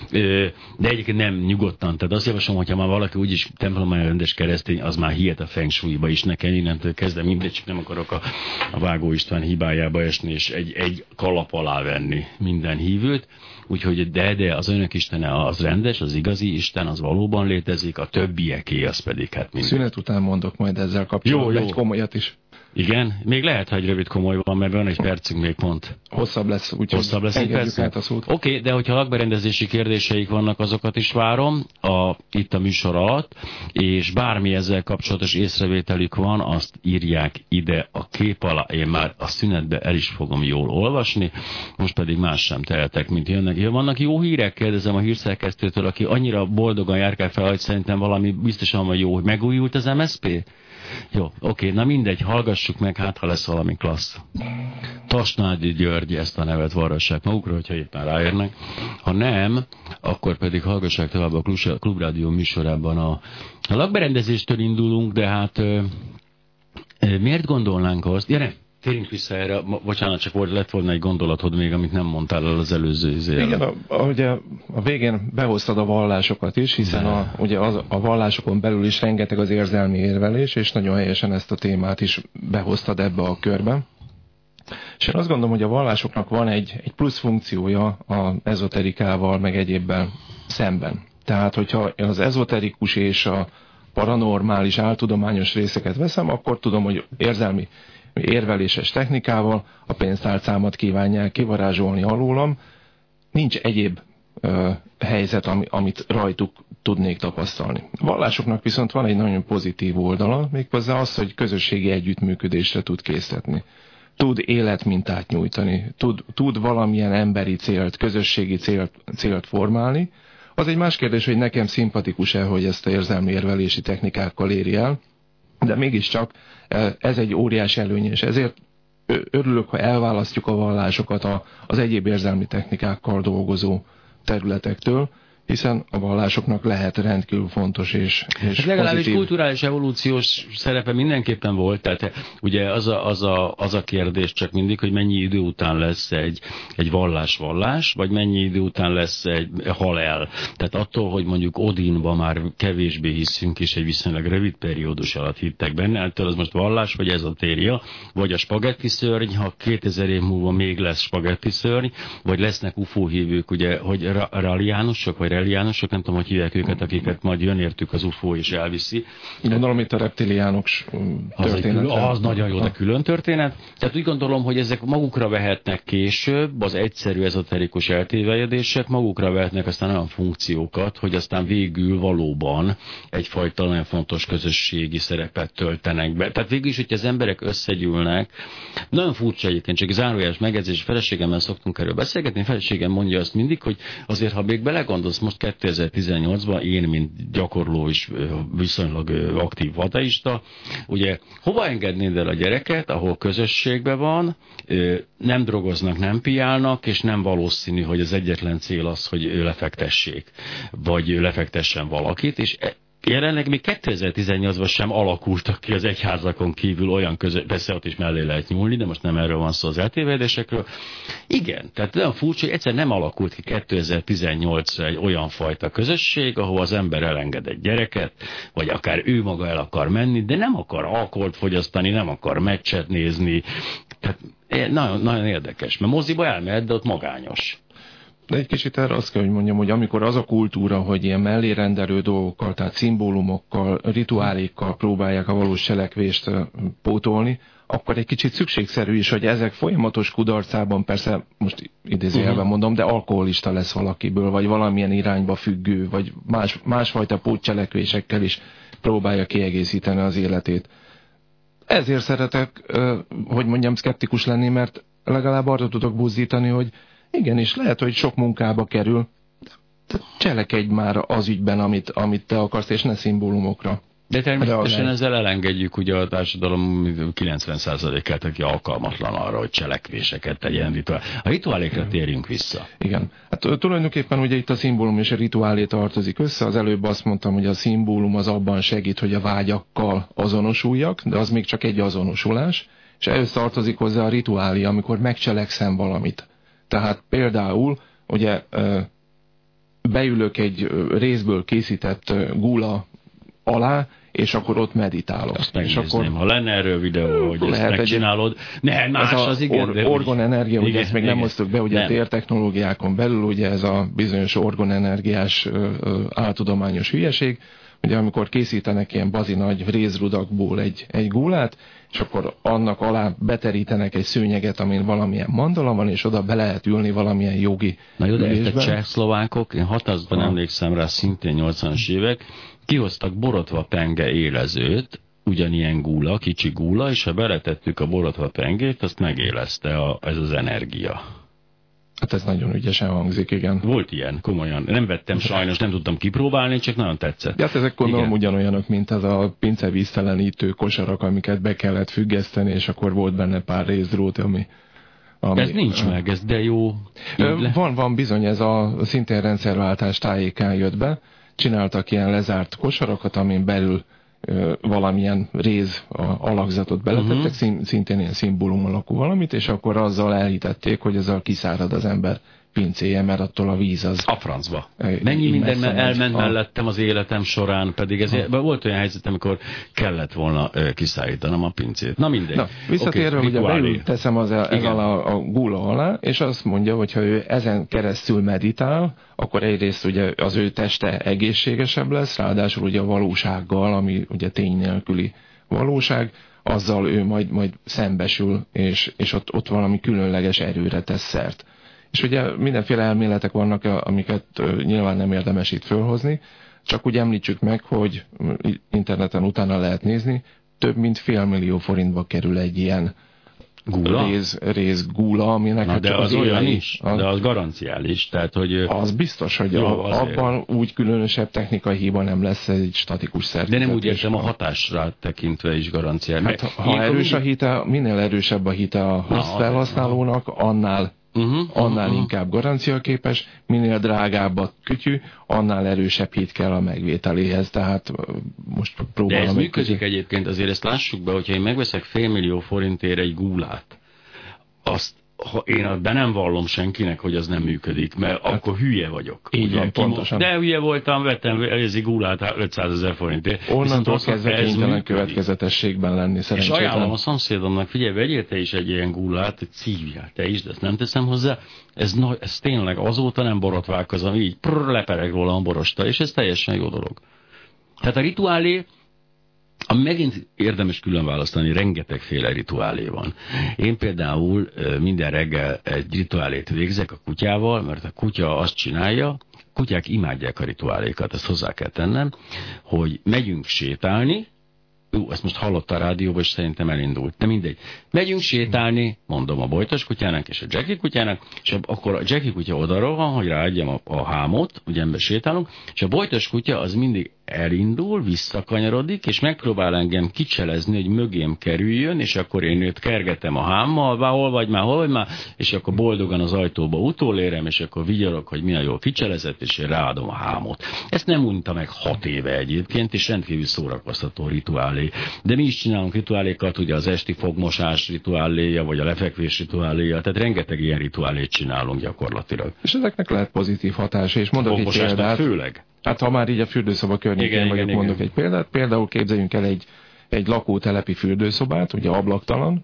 de egyébként nem nyugodtan. Tehát azt javaslom, hogyha már valaki úgyis templomban rendes keresztény, az már hihet a feng shui-ba is nekem, innentől kezdve mindegy, csak nem akarok a Vágó István hibájába esni, és egy kalap alá venni minden hívőt. Úgyhogy de az önök istene az rendes, az igazi Isten, az valóban létezik, a többieké az pedig hát mindegy. Szünet után mondok majd ezzel kapcsolatban egy komolyat is. Igen? Még lehet, hogy rövid komoly van, mert van egy percünk még pont. Hosszabb lesz, úgyhogy hosszabb lesz egy perc. Oké, de hogyha lakberendezési kérdéseik vannak, azokat is várom itt a műsor alatt, és bármi ezzel kapcsolatos észrevételük van, azt írják ide a kép alá, én már a szünetbe el is fogom jól olvasni, most pedig más sem tehetek, mint jönnek. Vannak jó hírek, kérdezem a hírszerkesztőtől, aki annyira boldogan járkál fel, hogy szerintem valami biztosan van jó, hogy megújult az MSZP? Jó, oké, na mindegy, hallgassuk meg, hát ha lesz valami klassz. Tasnádi György, ezt a nevet varrassák magukra, hogyha éppen ráérnek. Ha nem, akkor pedig hallgassák tovább a Klubrádió műsorában. A lakberendezéstől indulunk, de miért gondolnánk azt? Gyere! Térjünk vissza erre, bocsánat, csak lett volna egy gondolatod még, amit nem mondtál el az előző izéről. Igen, ugye a végén behoztad a vallásokat is, hiszen ugye a vallásokon belül is rengeteg az érzelmi érvelés, és nagyon helyesen ezt a témát is behoztad ebbe a körbe. És én azt gondolom, hogy a vallásoknak van egy plusz funkciója az ezoterikával, meg egyébben szemben. Tehát, hogyha én az ezoterikus és a paranormális, áltudományos részeket veszem, akkor tudom, hogy érzelmi érveléses technikával a pénztárcámat kívánják kivarázsolni alólam. Nincs egyéb helyzet, amit rajtuk tudnék tapasztalni. A vallásoknak viszont van egy nagyon pozitív oldala, méghozzá az, hogy közösségi együttműködésre tud készíteni. Tud életmintát nyújtani, tud valamilyen emberi célt, közösségi célt formálni. Az egy más kérdés, hogy nekem szimpatikus-e, hogy ezt a érzelmi érvelési technikákkal éri el, de mégiscsak ez egy óriási előny, és ezért örülök, ha elválasztjuk a vallásokat az egyéb érzelmi technikákkal dolgozó területektől, hiszen a vallásoknak lehet rendkívül fontos és hát legalábbis kulturális evolúciós szerepe mindenképpen volt, tehát ugye az a kérdés csak mindig, hogy mennyi idő után lesz egy vallás, vagy mennyi idő után lesz egy halál. Tehát attól, hogy mondjuk Odinba már kevésbé hiszünk, és egy viszonylag rövid periódus alatt hittek benne, ettől az most vallás, vagy ezotéria, vagy a spagetti szörny, ha 2000 év múlva még lesz spagetti szörny, vagy lesznek UFO hívők, ugye, hogy raliánusok, vagy reliánusok, nem tudom, hogy hívják őket, akiket majd jön értük az UFO és elviszi. Gondolom, itt a reptiliánok történet. Az nagyon jó, de külön történet. Tehát úgy gondolom, hogy ezek magukra vehetnek később, az egyszerű ezoterikus eltévejedések magukra vehetnek aztán olyan funkciókat, hogy aztán végül valóban egyfajta nagyon fontos közösségi szerepet töltenek be. Tehát végül is, hogy az emberek összegyűlnek, nagyon furcsa egyébként, csak zárójeles megjegyzés, feleségemmel szoktunk erről beszélgetni, feleségem mondja azt mindig, hogy azért, ha még belegondolsz, most 2018-ban én, mint gyakorló és viszonylag aktív ateista, ugye hova engednéd el a gyereket, ahol közösségben van, nem drogoznak, nem piálnak, és nem valószínű, hogy az egyetlen cél az, hogy lefektessék, vagy lefektessen valakit, és jelenleg még 2018-ban sem alakultak ki az egyházakon kívül olyan persze ott is mellé lehet nyúlni, de most nem erről van szó, az eltévedésekről. Igen, tehát olyan furcsa, hogy egyszer nem alakult ki 2018-ra egy olyan fajta közösség, ahol az ember elenged egy gyereket, vagy akár ő maga el akar menni, de nem akar alkoholt fogyasztani, nem akar meccset nézni. Tehát nagyon, nagyon érdekes, mert moziba elmehet, de ott magányos. De egy kicsit erre azt kell, hogy mondjam, hogy amikor az a kultúra, hogy ilyen mellérendelő dolgokkal, tehát szimbólumokkal, rituálékkal próbálják a valós cselekvést pótolni, akkor egy kicsit szükségszerű is, hogy ezek folyamatos kudarcában, persze most idézőjelben mondom, de alkoholista lesz valakiből, vagy valamilyen irányba függő, vagy másfajta pótcselekvésekkel is próbálja kiegészíteni az életét. Ezért szeretek, hogy mondjam, szkeptikus lenni, mert legalább arra tudok buzdítani, hogy igenis, lehet, hogy sok munkába kerül, de cselekedj már az ügyben, amit te akarsz, és ne szimbólumokra. De természetesen ezzel elengedjük ugye a társadalom 90%-át, aki alkalmatlan arra, hogy cselekvéseket tegyen. A rituálékra térjünk vissza. Igen. Hát tulajdonképpen ugye itt a szimbólum és a rituálé tartozik össze. Az előbb azt mondtam, hogy a szimbólum az abban segít, hogy a vágyakkal azonosuljak, de az még csak egy azonosulás, és ehhez tartozik hozzá a rituálé, amikor megcselekszem valamit. Tehát például, ugye beülök egy részből készített gúla alá, és akkor ott meditálok. Azt megnézném, ha lenne erről videó, hogy ezt megcsinálod. Nem, más az igen. Orgonenergia, ugye ezt még nem hoztuk be, ugye a tértechnológiákon belül, ugye ez a bizonyos orgonenergiás áltudományos hülyeség, ugye amikor készítenek ilyen bazi nagy rézrudakból egy gúlát, és akkor annak alá beterítenek egy szőnyeget, amin valamilyen mandala van, és oda be lehet ülni valamilyen jogi Na jó, de ezt a csehszlovákok, én hataszban emlékszem rá, szintén 80-as évek, kihoztak borotva penge élezőt, ugyanilyen gúla, kicsi gúla, és ha beletettük a borotva pengét, azt megélezte ez az energia. Hát ez nagyon ügyesen hangzik, igen. Volt ilyen, komolyan. Nem vettem sajnos, nem tudtam kipróbálni, csak nagyon tetszett. De hát ezek gondolom ugyanolyanok, mint az a pincevíztelenítő kosarak, amiket be kellett függeszteni, és akkor volt benne pár részdrót, ami ez nincs meg, ez de jó. Van bizony, ez a szintén rendszerváltás tájékán jött be. Csináltak ilyen lezárt kosarakat, amin belül valamilyen réz alakzatot beletettek, szintén ilyen szimbólum alakú valamit, és akkor azzal elhitették, hogy ezzel kiszárad az ember pincéje, mert attól a víz az... A francba. Mennyi minden elment mellettem az életem során, pedig volt olyan helyzet, amikor kellett volna kiszállítanom a pincét. Na mindegy. Na, visszatérve, ugye beül teszem ez alá a gúla alá, és azt mondja, hogy ha ő ezen keresztül meditál, akkor egyrészt ugye az ő teste egészségesebb lesz, ráadásul ugye a valósággal, ami ugye tény nélküli valóság, azzal ő majd szembesül, és ott valami különleges erőre tesz szert. És ugye mindenféle elméletek vannak, amiket nyilván nem érdemes itt fölhozni, csak úgy említsük meg, hogy interneten utána lehet nézni, több mint $500,000 kerül egy ilyen réz gúla, aminek na, de az olyan is, de az garanciális. Tehát, hogy az biztos, hogy abban úgy különösebb technikai hiba nem lesz, egy statikus szerkezet. De nem úgy értem, a hatásra tekintve is garanciális. Hát, ha erős a hite, minél erősebb a hite a felhasználónak, annál inkább garanciaképes, minél drágább a kütyű, annál erősebb hit kell a megvételéhez, tehát most próbálom... De ez működik egyébként, azért ezt lássuk be, hogyha én megveszek $500,000 egy gúlát, azt én be nem vallom senkinek, hogy az nem működik, mert hát, akkor hülye vagyok. Így van, pontosan. De hülye voltam, vettem egy gúlát $500,000. Onnantól kezdve kénytelen következetességben lenni, szerencsétlen. És ajánlom a szomszédomnak, figyelj, vegyél te is egy ilyen gúlát, egy szívjál te is, de ezt nem teszem hozzá. Ez tényleg azóta nem borotválkozom, így lepereg róla a borosta, és ez teljesen jó dolog. Tehát a rituálé, ami megint érdemes külön választani, rengetegféle rituálé van. Én például minden reggel egy rituálét végzek a kutyával, mert a kutya azt csinálja, kutyák imádják a rituálékat, ezt hozzá kell tennem, hogy megyünk sétálni, ezt most hallotta a rádióban, és szerintem elindult. De mindegy. Megyünk sétálni, mondom a Bojtos kutyának és a Jackie kutyának, és akkor a Jackie kutya oda rohan, hogy ráadjam a hámot, ugye ember sétálunk, és a Bojtos kutya az mindig elindul, visszakanyarodik, és megpróbál engem kicselezni, hogy mögém kerüljön, és akkor én őt kergetem a hámmal, hol vagy már, és akkor boldogan az ajtóba utolérem, és akkor vigyorok, hogy milyen jól kicselezett, és én ráadom a hámot. Ezt nem unta meg 6 éve egyébként, és rendkívül szórakoztató rituálé. De mi is csinálunk rituálékat, ugye az esti fogmosás rituáléja, vagy a lefekvés rituáléja, tehát rengeteg ilyen rituálét csinálunk gyakorlatilag. És ezeknek lehet pozitív hatása, és mondok egy példát. Főleg. Hát ha már így a fürdőszoba környékén vagyok, mondok egy példát. Például képzeljünk el egy lakótelepi fürdőszobát, ugye ablaktalan,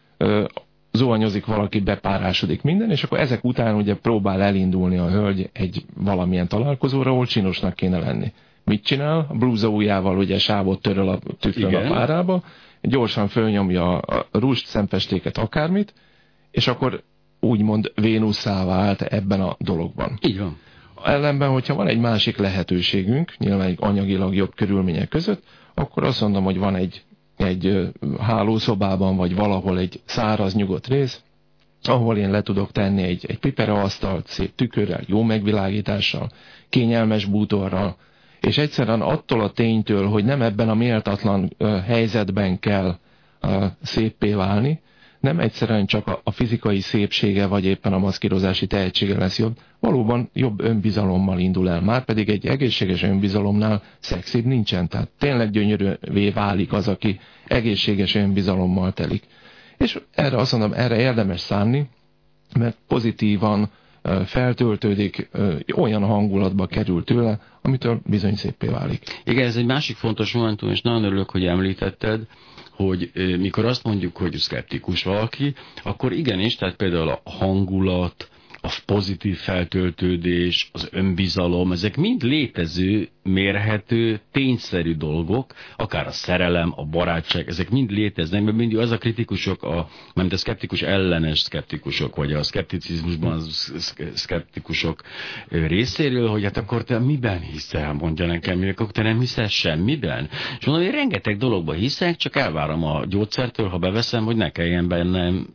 zuhanyozik valaki, bepárásodik minden, és akkor ezek után ugye próbál elindulni a hölgy egy valamilyen találkozóra, ahol csinosnak kéne lenni. Mit csinál? A blúza ujjával ugye sávot töröl a tükrön a párába, gyorsan fölnyomja a rust, szemfestéket, akármit, és akkor úgymond Vénusszá vált ebben a dologban. Így van. Ellenben, hogyha van egy másik lehetőségünk, nyilván egy anyagilag jobb körülmények között, akkor azt mondom, hogy van egy hálószobában, vagy valahol egy száraz, nyugodt rész, ahol én le tudok tenni egy pipereasztalt, szép tükörrel, jó megvilágítással, kényelmes bútorral, és egyszerűen attól a ténytől, hogy nem ebben a méltatlan helyzetben kell széppé válni, nem egyszerűen csak a fizikai szépsége, vagy éppen a maszkírozási tehetsége lesz jobb, valóban jobb önbizalommal indul el. Márpedig egy egészséges önbizalomnál szexibb nincsen, tehát tényleg gyönyörűvé válik az, aki egészséges önbizalommal telik. És erre azt mondom, erre érdemes szánni, mert pozitívan feltöltődik, olyan hangulatba kerül tőle, amitől bizony széppé válik. Igen, ez egy másik fontos momentum, és nagyon örülök, hogy említetted, hogy mikor azt mondjuk, hogy szkeptikus valaki, akkor igenis, tehát például a hangulat, a pozitív feltöltődés, az önbizalom, ezek mind létező, mérhető, tényszerű dolgok, akár a szerelem, a barátság, ezek mind léteznek, mert mindig az a kritikusok, mert a szkeptikus ellenes szkeptikusok, vagy a szkepticizmusban az szkeptikusok részéről, hogy hát akkor te miben hiszel, mondja nekem, akkor te nem hiszel semmiben. És mondom, hogy rengeteg dologban hiszek, csak elvárom a gyógyszertől, ha beveszem, hogy ne kelljen bennem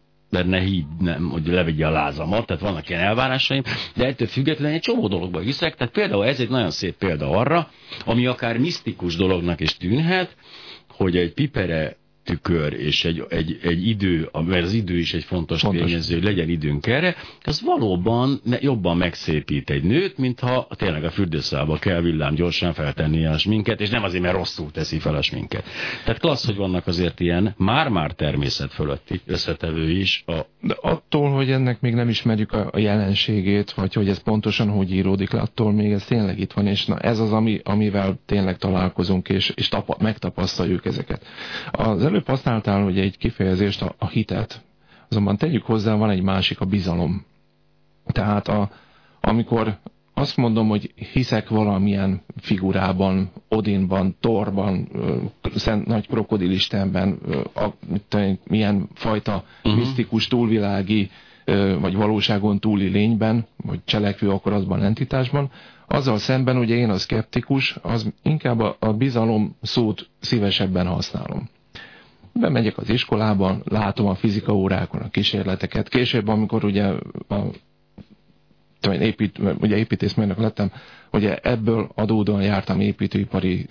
nem, hogy levegye a lázamat, tehát vannak ilyen elvárásaim, de ettől függetlenül egy csomó dologban hiszek, tehát például ez egy nagyon szép példa arra, ami akár misztikus dolognak is tűnhet, hogy egy pipere tükör és egy idő, mert az idő is egy fontos tényező, hogy legyen időnk erre, az valóban jobban megszépít egy nőt, mintha tényleg a fürdőszobába kell villám gyorsan feltenni a sminket, és nem azért, mert rosszul teszi fel a sminket. Tehát klassz, hogy vannak azért ilyen már-már természet fölötti összetevő is. De attól, hogy ennek még nem ismerjük a jelenségét, vagy hogy ez pontosan hogy íródik le, attól még ez tényleg itt van, és na, ez az, amivel tényleg találkozunk, és megtapasztaljuk ezeket. Az előbb használtál ugye egy kifejezést, a hitet, azonban tegyük hozzá, van egy másik, a bizalom. Tehát amikor azt mondom, hogy hiszek valamilyen figurában, Odinban, Thorban, Szent Nagy Krokodilistenben, milyen fajta misztikus, túlvilági, vagy valóságon túli lényben, vagy cselekvő akaratban, entitásban, azzal szemben ugye én a szkeptikus, az inkább a bizalom szót szívesebben használom. Bemegyek az iskolába, látom a fizika órákon a kísérleteket. Később, amikor ugye építészmérnök lettem, ugye ebből adódóan jártam építőipari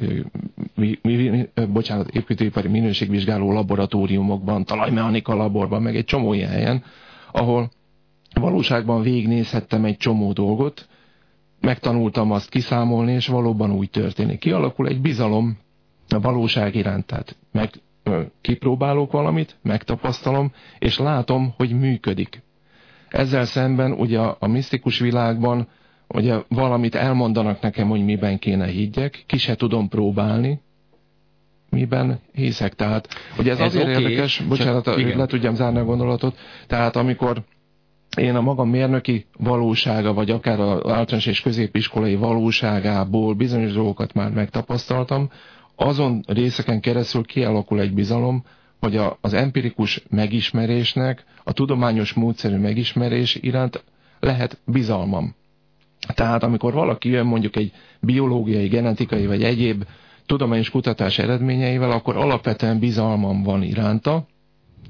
minőségvizsgáló laboratóriumokban, talajmechanika laborban, meg egy csomó ilyen helyen, ahol valóságban végignézhettem egy csomó dolgot, megtanultam azt kiszámolni, és valóban úgy történik. Kialakul egy bizalom a valóság iránt, tehát kipróbálok valamit, megtapasztalom, és látom, hogy működik. Ezzel szemben ugye a misztikus világban ugye valamit elmondanak nekem, hogy miben kéne higgyek, ki se tudom próbálni, miben hiszek. Tehát ugye ez azért érdekes, bocsánat, le tudjam zárni a gondolatot, tehát amikor én a magam mérnöki valósága, vagy akár az általános és középiskolai valóságából bizonyos dolgokat már megtapasztaltam, azon részeken keresztül kialakul egy bizalom, hogy az empirikus megismerésnek, a tudományos módszerű megismerés iránt lehet bizalmam. Tehát amikor valaki jön mondjuk egy biológiai, genetikai vagy egyéb tudományos kutatás eredményeivel, akkor alapvetően bizalmam van iránta,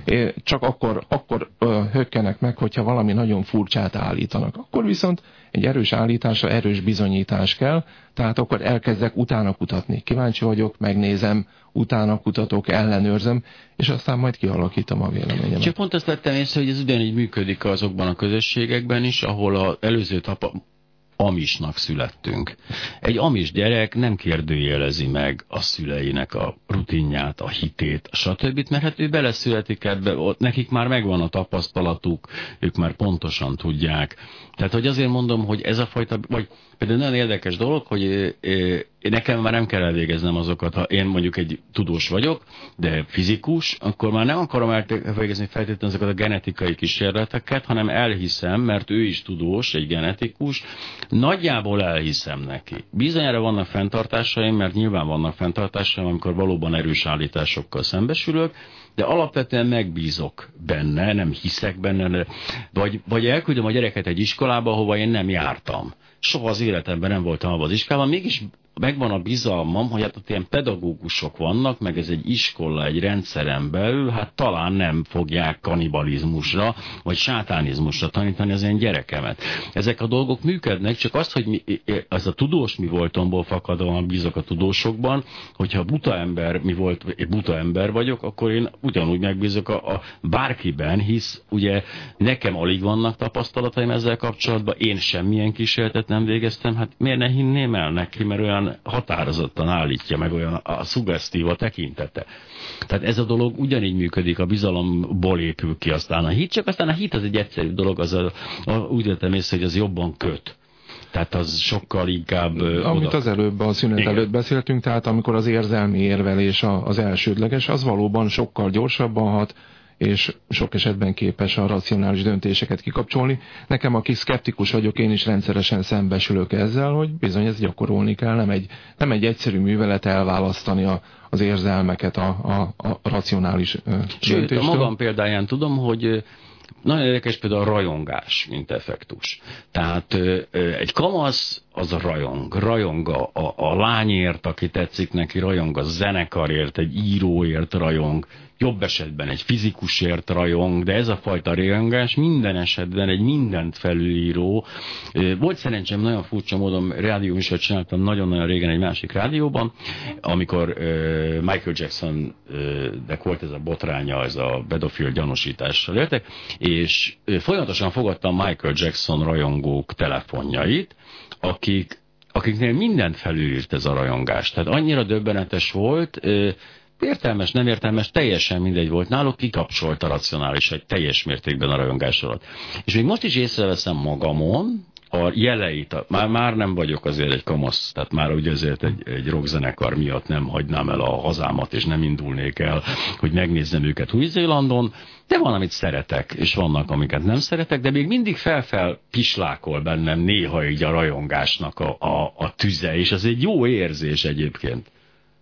Csak akkor hökkenek meg, hogyha valami nagyon furcsát állítanak. Akkor viszont egy erős állításra erős bizonyítás kell, tehát akkor elkezdek utána kutatni. Kíváncsi vagyok, megnézem, utána kutatok, ellenőrzöm, és aztán majd kialakítom a véleményemet. Csak pont azt vettem észre, hogy ez ugyanígy működik azokban a közösségekben is, ahol az előző amisnak születtünk. Egy amis gyerek nem kérdőjelezi meg a szüleinek a rutinját, a hitét, stb. Mert hát ő beleszületik ebbe, nekik már megvan a tapasztalatuk, ők már pontosan tudják. Tehát, hogy azért mondom, hogy ez a fajta, vagy például nagyon érdekes dolog, hogy nekem már nem kell elvégeznem azokat, ha én mondjuk egy tudós vagyok, de fizikus, akkor már nem akarom elvégezni feltétlenül azokat a genetikai kísérleteket, hanem elhiszem, mert ő is tudós, egy genetikus, nagyjából elhiszem neki. Bizonyára vannak fenntartásaim, mert nyilván vannak fenntartásaim, amikor valóban erős állításokkal szembesülök, de alapvetően megbízok benne, nem hiszek benne, vagy elküldöm a gyereket egy iskolába, ahova én nem jártam. Soha az életemben nem voltam abban az iskolában, mégis megvan a bizalmam, hogy hát ott ilyen pedagógusok vannak, meg ez egy iskola, egy rendszeren belül, hát talán nem fogják kanibalizmusra, vagy sátánizmusra tanítani az én gyerekemet. Ezek a dolgok működnek, csak azt, hogy az a tudós mi voltomból fakadóan bízok a tudósokban, hogyha buta ember vagyok, akkor én ugyanúgy megbízok a bárkiben, hisz ugye nekem alig vannak tapasztalataim ezzel kapcsolatban, én semmilyen kísérletet nem végeztem, hát miért ne hinném el neki, mert olyan határozottan állítja meg, olyan a szuggesztív a tekintete. Tehát ez a dolog ugyanígy működik, a bizalomból épül ki aztán a hit, csak aztán a hit az egy egyszerű dolog, úgy vettem észre, hogy az jobban köt. Tehát az sokkal inkább... Amit az előbb, a szünet előtt beszéltünk, tehát amikor az érzelmi érvelés az elsődleges, az valóban sokkal gyorsabban hat, és sok esetben képes a racionális döntéseket kikapcsolni. Nekem, aki szkeptikus vagyok, én is rendszeresen szembesülök ezzel, hogy bizony ezt gyakorolni kell, nem egy egyszerű művelet elválasztani az érzelmeket a racionális döntéstől. Sőt, a magam példáján tudom, hogy nagyon érdekes például a rajongás, mint effektus. Tehát egy kamasz az rajong a lányért, aki tetszik neki, rajong a zenekarért, egy íróért rajong, jobb esetben egy fizikusért rajong, de ez a fajta rajongás minden esetben egy mindent felülíró. Volt szerencsém, nagyon furcsa módon rádióműsort csináltam nagyon-nagyon régen egy másik rádióban, amikor Michael Jackson-nek volt ez a botránya, ez a pedofil gyanúsítással éltek, és folyamatosan fogadtam Michael Jackson rajongók telefonjait, akiknél mindent felülírt ez a rajongás. Tehát annyira döbbenetes volt, értelmes, nem értelmes, teljesen mindegy volt. Náluk kikapcsolt a racionális, egy teljes mértékben a rajongás alatt. És még most is észreveszem magamon a jeleit. Már nem vagyok azért egy kamasz, tehát már ugye azért egy rockzenekar miatt nem hagynám el a hazámat, és nem indulnék el, hogy megnézzem őket Új-Zélandon, de van, amit szeretek, és vannak, amiket nem szeretek, de még mindig fel pislákol bennem néha így a rajongásnak a tüze, és ez egy jó érzés egyébként.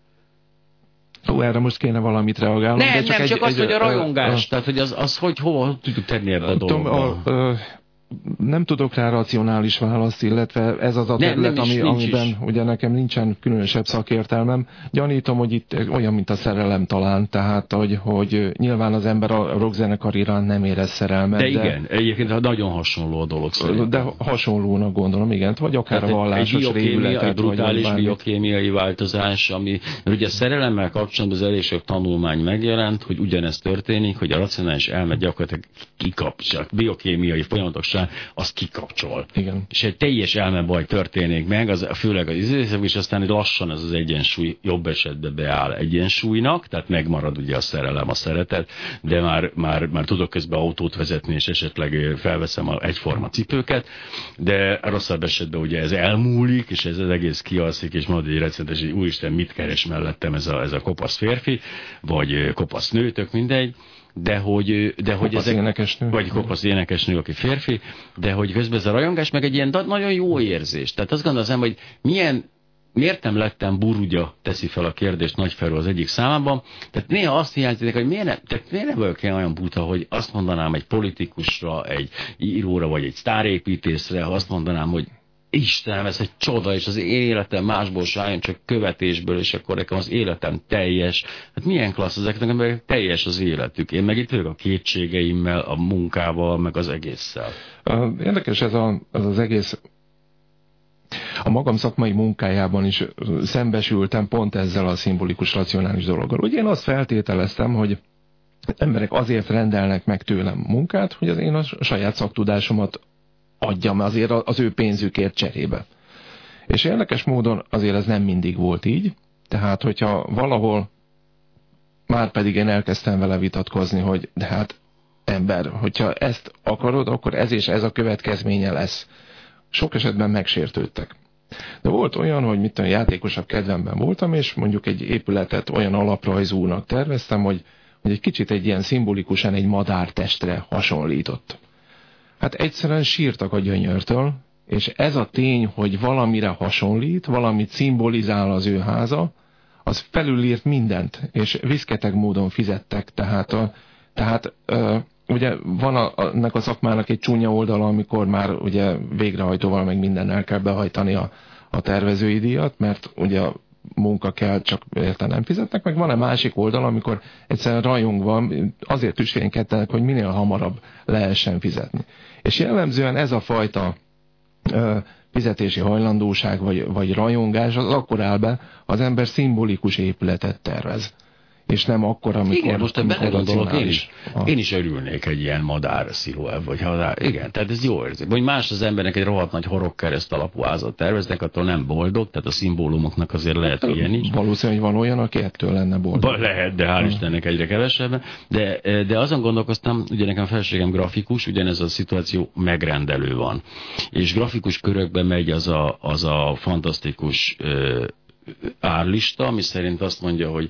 Erre most kéne valamit reagálnom. Csak az, hogy a rajongás, tehát hogy az hogy hova tudjuk tenni ebbe a dologba? Nem tudok rá racionális választ, illetve ez az a terület, amiben ugye nekem nincsen különösebb szakértelmem. Gyanítom, hogy itt olyan, mint a szerelem talán, tehát, hogy nyilván az ember a rockzenekar iránt nem érez szerelmet. De igen, egyébként nagyon hasonló a dolog szerintem. De hasonlónak gondolom, igen, vagy akár a vallásos révületet. Egy brutális biokémiai változás, ami ugye a szerelemmel kapcsolatban az elég sok tanulmány megjelent, hogy ugyanezt történik, hogy a racionális elme gyakorlatilag kikapcsol, biokémiai folyamatok azt kikapcsol. Igen. És egy teljes elmebaj történik meg, főleg az időszak, és aztán lassan ez az egyensúly jobb esetben beáll egyensúlynak, tehát megmarad ugye a szerelem, a szeretet, de már tudok közben autót vezetni, és esetleg felveszem egyforma cipőket, de rosszabb esetben ugye ez elmúlik, és ez az egész kialszik, és mondod egy recentes, hogy úristen, mit keres mellettem ez a kopasz férfi, vagy kopasz nő, tök mindegy, de hogy kopasz énekesnő. Vagy kopasz énekesnő, aki férfi, de hogy közben ez a rajongás meg egy ilyen nagyon jó érzés. Tehát azt gondolom, hogy miért nem lettem burugya, teszi fel a kérdést Nagyferő az egyik számában. Tehát néha azt hiányzik, hogy miért nem vagyok olyan buta, hogy azt mondanám egy politikusra, egy íróra, vagy egy sztárépítészre, ha azt mondanám, hogy Istenem, ez egy csoda, és az én életem másból se álljon, csak követésből, és akkor nekem az életem teljes. Hát milyen klassz, ezeknek emberek teljes az életük. Én meg itt vagyok a kétségeimmel, a munkával, meg az egésszel. Érdekes ez az egész. A magam szakmai munkájában is szembesültem pont ezzel a szimbolikus racionális dologgal. Ugye én azt feltételeztem, hogy emberek azért rendelnek meg tőlem munkát, hogy az én a saját szaktudásomat adjam azért az ő pénzükért cserébe. És érdekes módon azért ez nem mindig volt így, tehát hogyha valahol, már pedig én elkezdtem vele vitatkozni, hogy de hát ember, hogyha ezt akarod, akkor ez és ez a következménye lesz. Sok esetben megsértődtek. De volt olyan, hogy mit tudom, játékosabb kedvemben voltam, és mondjuk egy épületet olyan alaprajzúnak terveztem, hogy egy kicsit egy ilyen szimbolikusan egy madártestre hasonlított. Hát egyszerűen sírtak a gyönyörtől, és ez a tény, hogy valamire hasonlít, valamit szimbolizál az ő háza, az felülírt mindent, és viszketeg módon fizettek. Tehát ugye van ennek a szakmának egy csúnya oldala, amikor már ugye végrehajtóval meg mindennel kell behajtani a tervezői díjat, mert ugye a munka kell, csak érte nem fizetnek, meg van egy másik oldal, amikor egyszerűen rajongva azért tüsvénykedtenek, hogy minél hamarabb lehessen fizetni. És jellemzően ez a fajta fizetési hajlandóság vagy rajongás az akkor áll be, az ember szimbolikus épületet tervez. És nem akkor, amikor... Igen, most belegondolok, én is örülnék egy ilyen madár sziluett, vagy igen, tehát ez jó érzés. Vagy más az embernek egy rohadt nagy horogkereszt alapú házat terveznek, attól nem boldog, tehát a szimbólumoknak azért lehet ilyen is. Valószínűleg van olyan, aki ettől lenne boldog. Lehet, de hál' Istennek egyre kevesebben. De azon gondolkoztam, ugye nekem felségem grafikus, ugyanez a szituáció megrendelő van. És grafikus körökben megy az a fantasztikus árlista, ami szerint azt mondja, hogy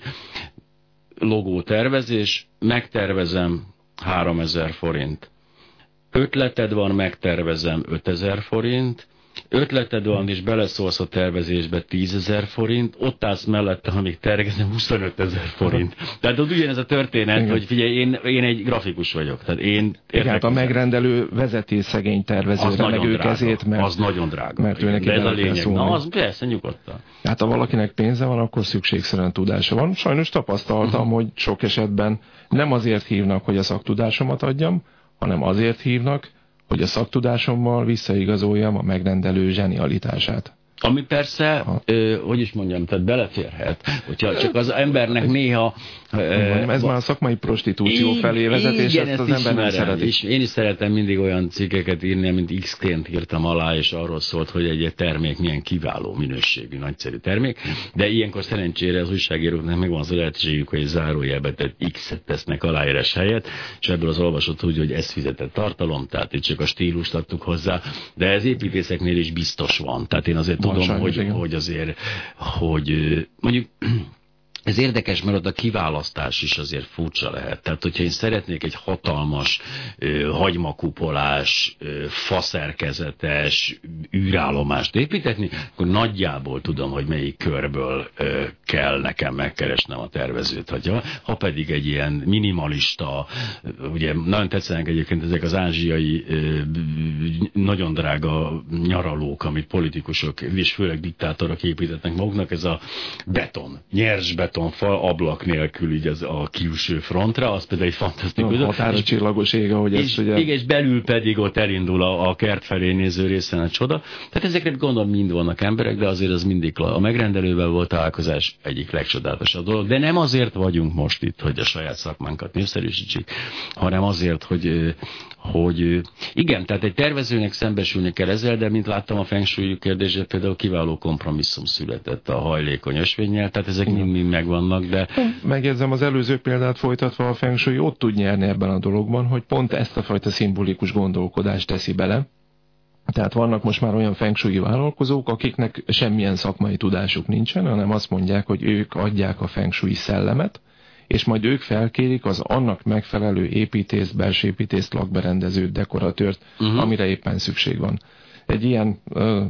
logótervezés, megtervezem 3000 forint. Ötleted van, megtervezem 5000 forint. Ötleted van, és beleszólsz a tervezésbe 10 000 forint. Ott állsz mellette, amíg tervezem 25 000 forint. Tehát ott ugyanez a történet, igen. Hogy figyelj, én egy grafikus vagyok. Tehát hát a megrendelő vezeti szegény tervezőre, meg ő kezét, mert... Az nagyon drága. Mert ő neki ez a lényeg. Na, az persze, nyugodtan. Hát ha valakinek pénze van, akkor szükségszerűen tudása van. Sajnos tapasztaltam, hogy sok esetben nem azért hívnak, hogy a szaktudásomat adjam, hanem azért hívnak, hogy a szaktudásommal visszaigazoljam a megrendelő zsenialitását. Ami persze, hogy is mondjam, tehát beleférhet, hogyha csak az embernek néha... ez már a szakmai prostitúció felé vezet, és ezt az ember nem szereti. És én is szeretem mindig olyan cikkeket írni, mint X-ként írtam alá, és arról szólt, hogy egy termék milyen kiváló minőségű, nagyszerű termék, de ilyenkor szerencsére az újságíróknak megvan az lehetőségük, hogy zárójelbe tett X-et tesznek aláírás helyett, és ebből az olvasó tudja, hogy ez fizetett tartalom, tehát itt csak a stílust adtuk hozzá, de ez építészeknél is biztos van. Tehát én azért tudom, hogy azért, hogy mondjuk ez érdekes, mert ott a kiválasztás is azért furcsa lehet. Tehát, hogyha én szeretnék egy hatalmas, hagymakupolás, faszerkezetes űrállomást építetni, akkor nagyjából tudom, hogy melyik körből kell nekem megkeresnem a tervezőt. Ha pedig egy ilyen minimalista, ugye nagyon tetszenek egyébként ezek az ázsiai nagyon drága nyaralók, amit politikusok és főleg diktátorok építetnek maguknak, ez a beton, nyers betonfal, ablak nélkül így a külső frontra, az például egy fantasztikus. Határa csillagos ég, ahogy ezt ugye... És belül pedig ott elindul a kert felé néző részen a csoda. Tehát ezekre gondolom mind vannak emberek, de azért az mindig a megrendelővel volt találkozás egyik legcsodálatosabb dolog. De nem azért vagyunk most itt, hogy a saját szakmánkat népszerűsítsük, hanem azért, hogy igen, tehát egy tervezőnek szembesülni kell ezzel, de mint láttam a feng shui kérdésre, például kiváló kompromisszum született a hajlékony ösvénnyel, tehát ezek mind megvannak, de... Megjegyzem, az előző példát folytatva, a feng shui ott tud nyerni ebben a dologban, hogy pont ezt a fajta szimbolikus gondolkodást teszi bele. Tehát vannak most már olyan feng shui vállalkozók, akiknek semmilyen szakmai tudásuk nincsen, hanem azt mondják, hogy ők adják a feng shui szellemet, és majd ők felkérik az annak megfelelő építészt, belső építészt, lakberendezőt, dekoratőrt, amire éppen szükség van. Egy ilyen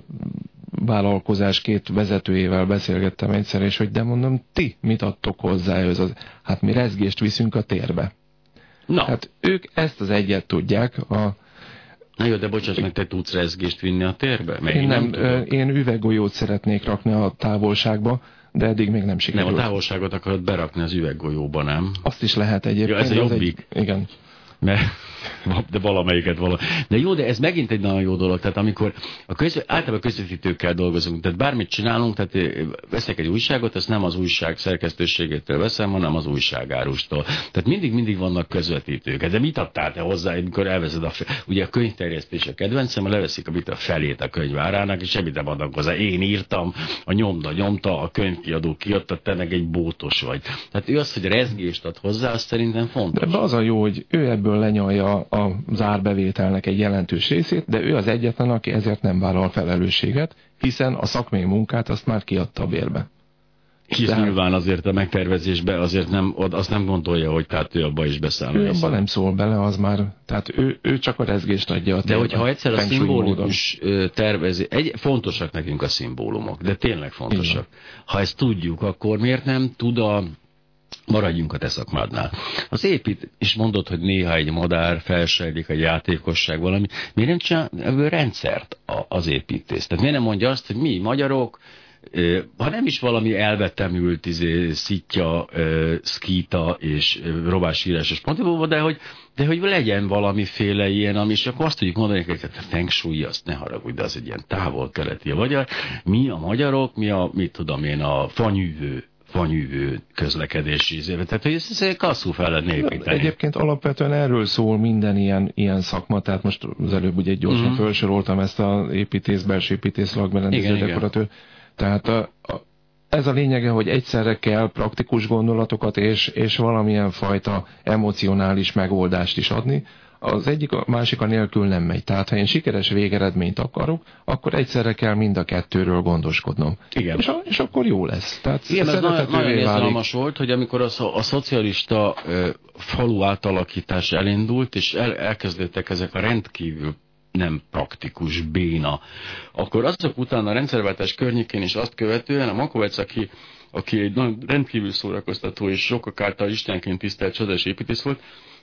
vállalkozás két vezetőjével beszélgettem egyszer, és hogy de mondom, ti mit adtok hozzá ehhez? Hát mi rezgést viszünk a térbe. No. Hát ők ezt az egyet tudják, Na jó, de bocsáss meg, te tudsz rezgést vinni a térbe? Mert Én nem én üveggolyót szeretnék rakni a távolságba, de eddig még nem sikerült. Nem, a távolságot akarod berakni az üveggolyóba, nem? Azt is lehet egyébként. Ja, ez a jobbik. Igen. De valamelyiket valami. De jó, de ez megint egy nagyon jó dolog. Tehát amikor általában közvetítőkkel dolgozunk, tehát bármit csinálunk, tehát veszek egy újságot, ezt nem az újság szerkesztőségétől veszem, hanem az újságárustól. Tehát mindig vannak közvetítők. De mit adtál te hozzá, amikor elveszed ugye a könyvterjesztés a kedvencem, leveszik a felét a könyvárának, és semmit nem adnak hozzá. Én írtam, a nyomta, a könyvkiadó kiadta, te meg egy bótos vagy. Tehát ő az, hogy rezgést ad hozzá, az szerintem fontos. De az a jó, hogy ő ebből lenyalja az árbevételnek egy jelentős részét, de ő az egyetlen, aki ezért nem vállal felelősséget, hiszen a szakmai munkát azt már kiadta a bérbe. Hisz nyilván azért a megtervezésbe azért azt nem gondolja, hogy tehát ő abba is beszáll. Ő abba nem szól bele, az már, tehát ő csak a rezgést adja a térbe. De hogyha egyszer a szimbolikus tervezés, fontosak nekünk a szimbólumok, de tényleg fontosak. Igen. Ha ezt tudjuk, akkor miért nem tud maradjunk a te szakmádnál. Az épít, és mondod, hogy néha egy madár felsejlik, egy játékosság valami. Miért nem csinál ebből rendszert az építész? Tehát miért nem mondja azt, hogy mi magyarok, ha nem is valami elvetemült szitja, szkíta és robásírásos pontjából, de hogy legyen valamiféle ilyen, ami, és akkor azt tudjuk mondani, hogy a feng shui, azt ne haragudj, de az egy ilyen távol-keleti magyar. Mi a magyarok, mit tudom én, a fanyűvő közlekedési zévet. Tehát, hogy ezt kasszú fel lehetne építeni. Egyébként alapvetően erről szól minden ilyen szakma, tehát most az előbb ugye gyorsan felsoroltam ezt az belső építész, lakberendező, dekoratőr. Tehát ez a lényege, hogy egyszerre kell praktikus gondolatokat és valamilyen fajta emocionális megoldást is adni. Az egyik, a másik a nélkül nem megy. Tehát ha én sikeres végeredményt akarok, akkor egyszerre kell mind a kettőről gondoskodnom. Igen. És akkor jó lesz. Tehát igen, ez nagyon izgalmas volt, hogy amikor a szocialista falu átalakítás elindult, és elkezdődtek ezek a rendkívül nem praktikus, béna. Akkor azok után a rendszerváltás környékén és azt követően a Makovec, aki egy nagyon rendkívül szórakoztató és sokak által istenként tisztelt csodás építész volt,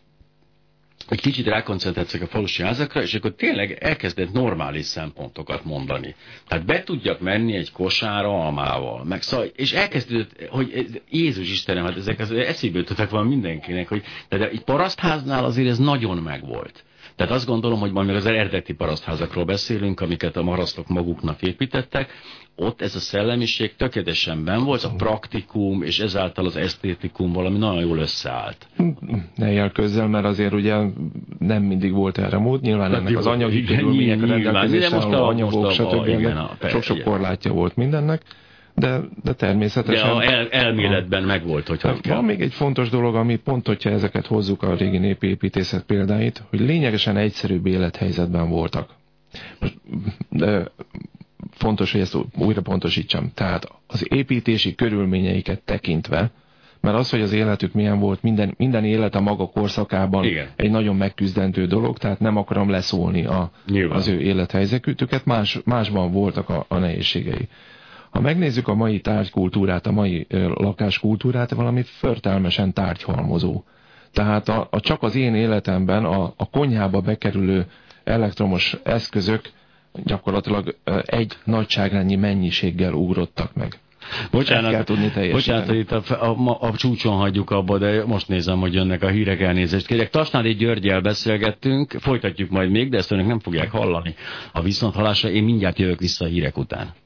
egy kicsit rákoncentráltak a falusi házakra, és akkor tényleg elkezdett normális szempontokat mondani. Tehát be tudjak menni egy kosárra almával, és elkezdődött, hogy Jézus Istenem, hát ezek az eszébe jutottak van mindenkinek, hogy de egy parasztháznál azért ez nagyon megvolt. Tehát azt gondolom, hogy majd még az eredeti parasztházakról beszélünk, amiket a marasztok maguknak építettek, ott ez a szellemiség tökéletesen benn volt, a praktikum és ezáltal az esztétikum valami nagyon jól összeállt. Ne jelközzel, mert azért ugye nem mindig volt erre mód, nyilván ennek az anyagi körülmények, a rendelkezésre álló anyagok, stb. Sok-sok korlátja volt mindennek. De természetesen... De elméletben megvolt, hogy kell. Van még egy fontos dolog, ami pont, hogyha ezeket hozzuk a régi népi építészet példáit, hogy lényegesen egyszerűbb élethelyzetben voltak. De fontos, hogy ezt újra pontosítsam. Tehát az építési körülményeiket tekintve, mert az, hogy az életük milyen volt, minden élet a maga korszakában igen. Egy nagyon megküzdendő dolog, tehát nem akarom leszólni az ő élethelyzetüket, másban voltak a nehézségei. Ha megnézzük a mai tárgykultúrát, a mai lakáskultúrát, valami förtelmesen tárgyhalmozó. Tehát csak az én életemben a konyhába bekerülő elektromos eszközök gyakorlatilag egy nagyságrendnyi mennyiséggel ugrottak meg. Bocsánat, hogy itt a csúcson hagyjuk abba, de most nézem, hogy jönnek a hírek, elnézést kérek. Tasnádi Györggyel beszélgettünk, folytatjuk majd még, de ezt önök nem fogják hallani. A viszonthallásra én mindjárt jövök vissza a hírek után.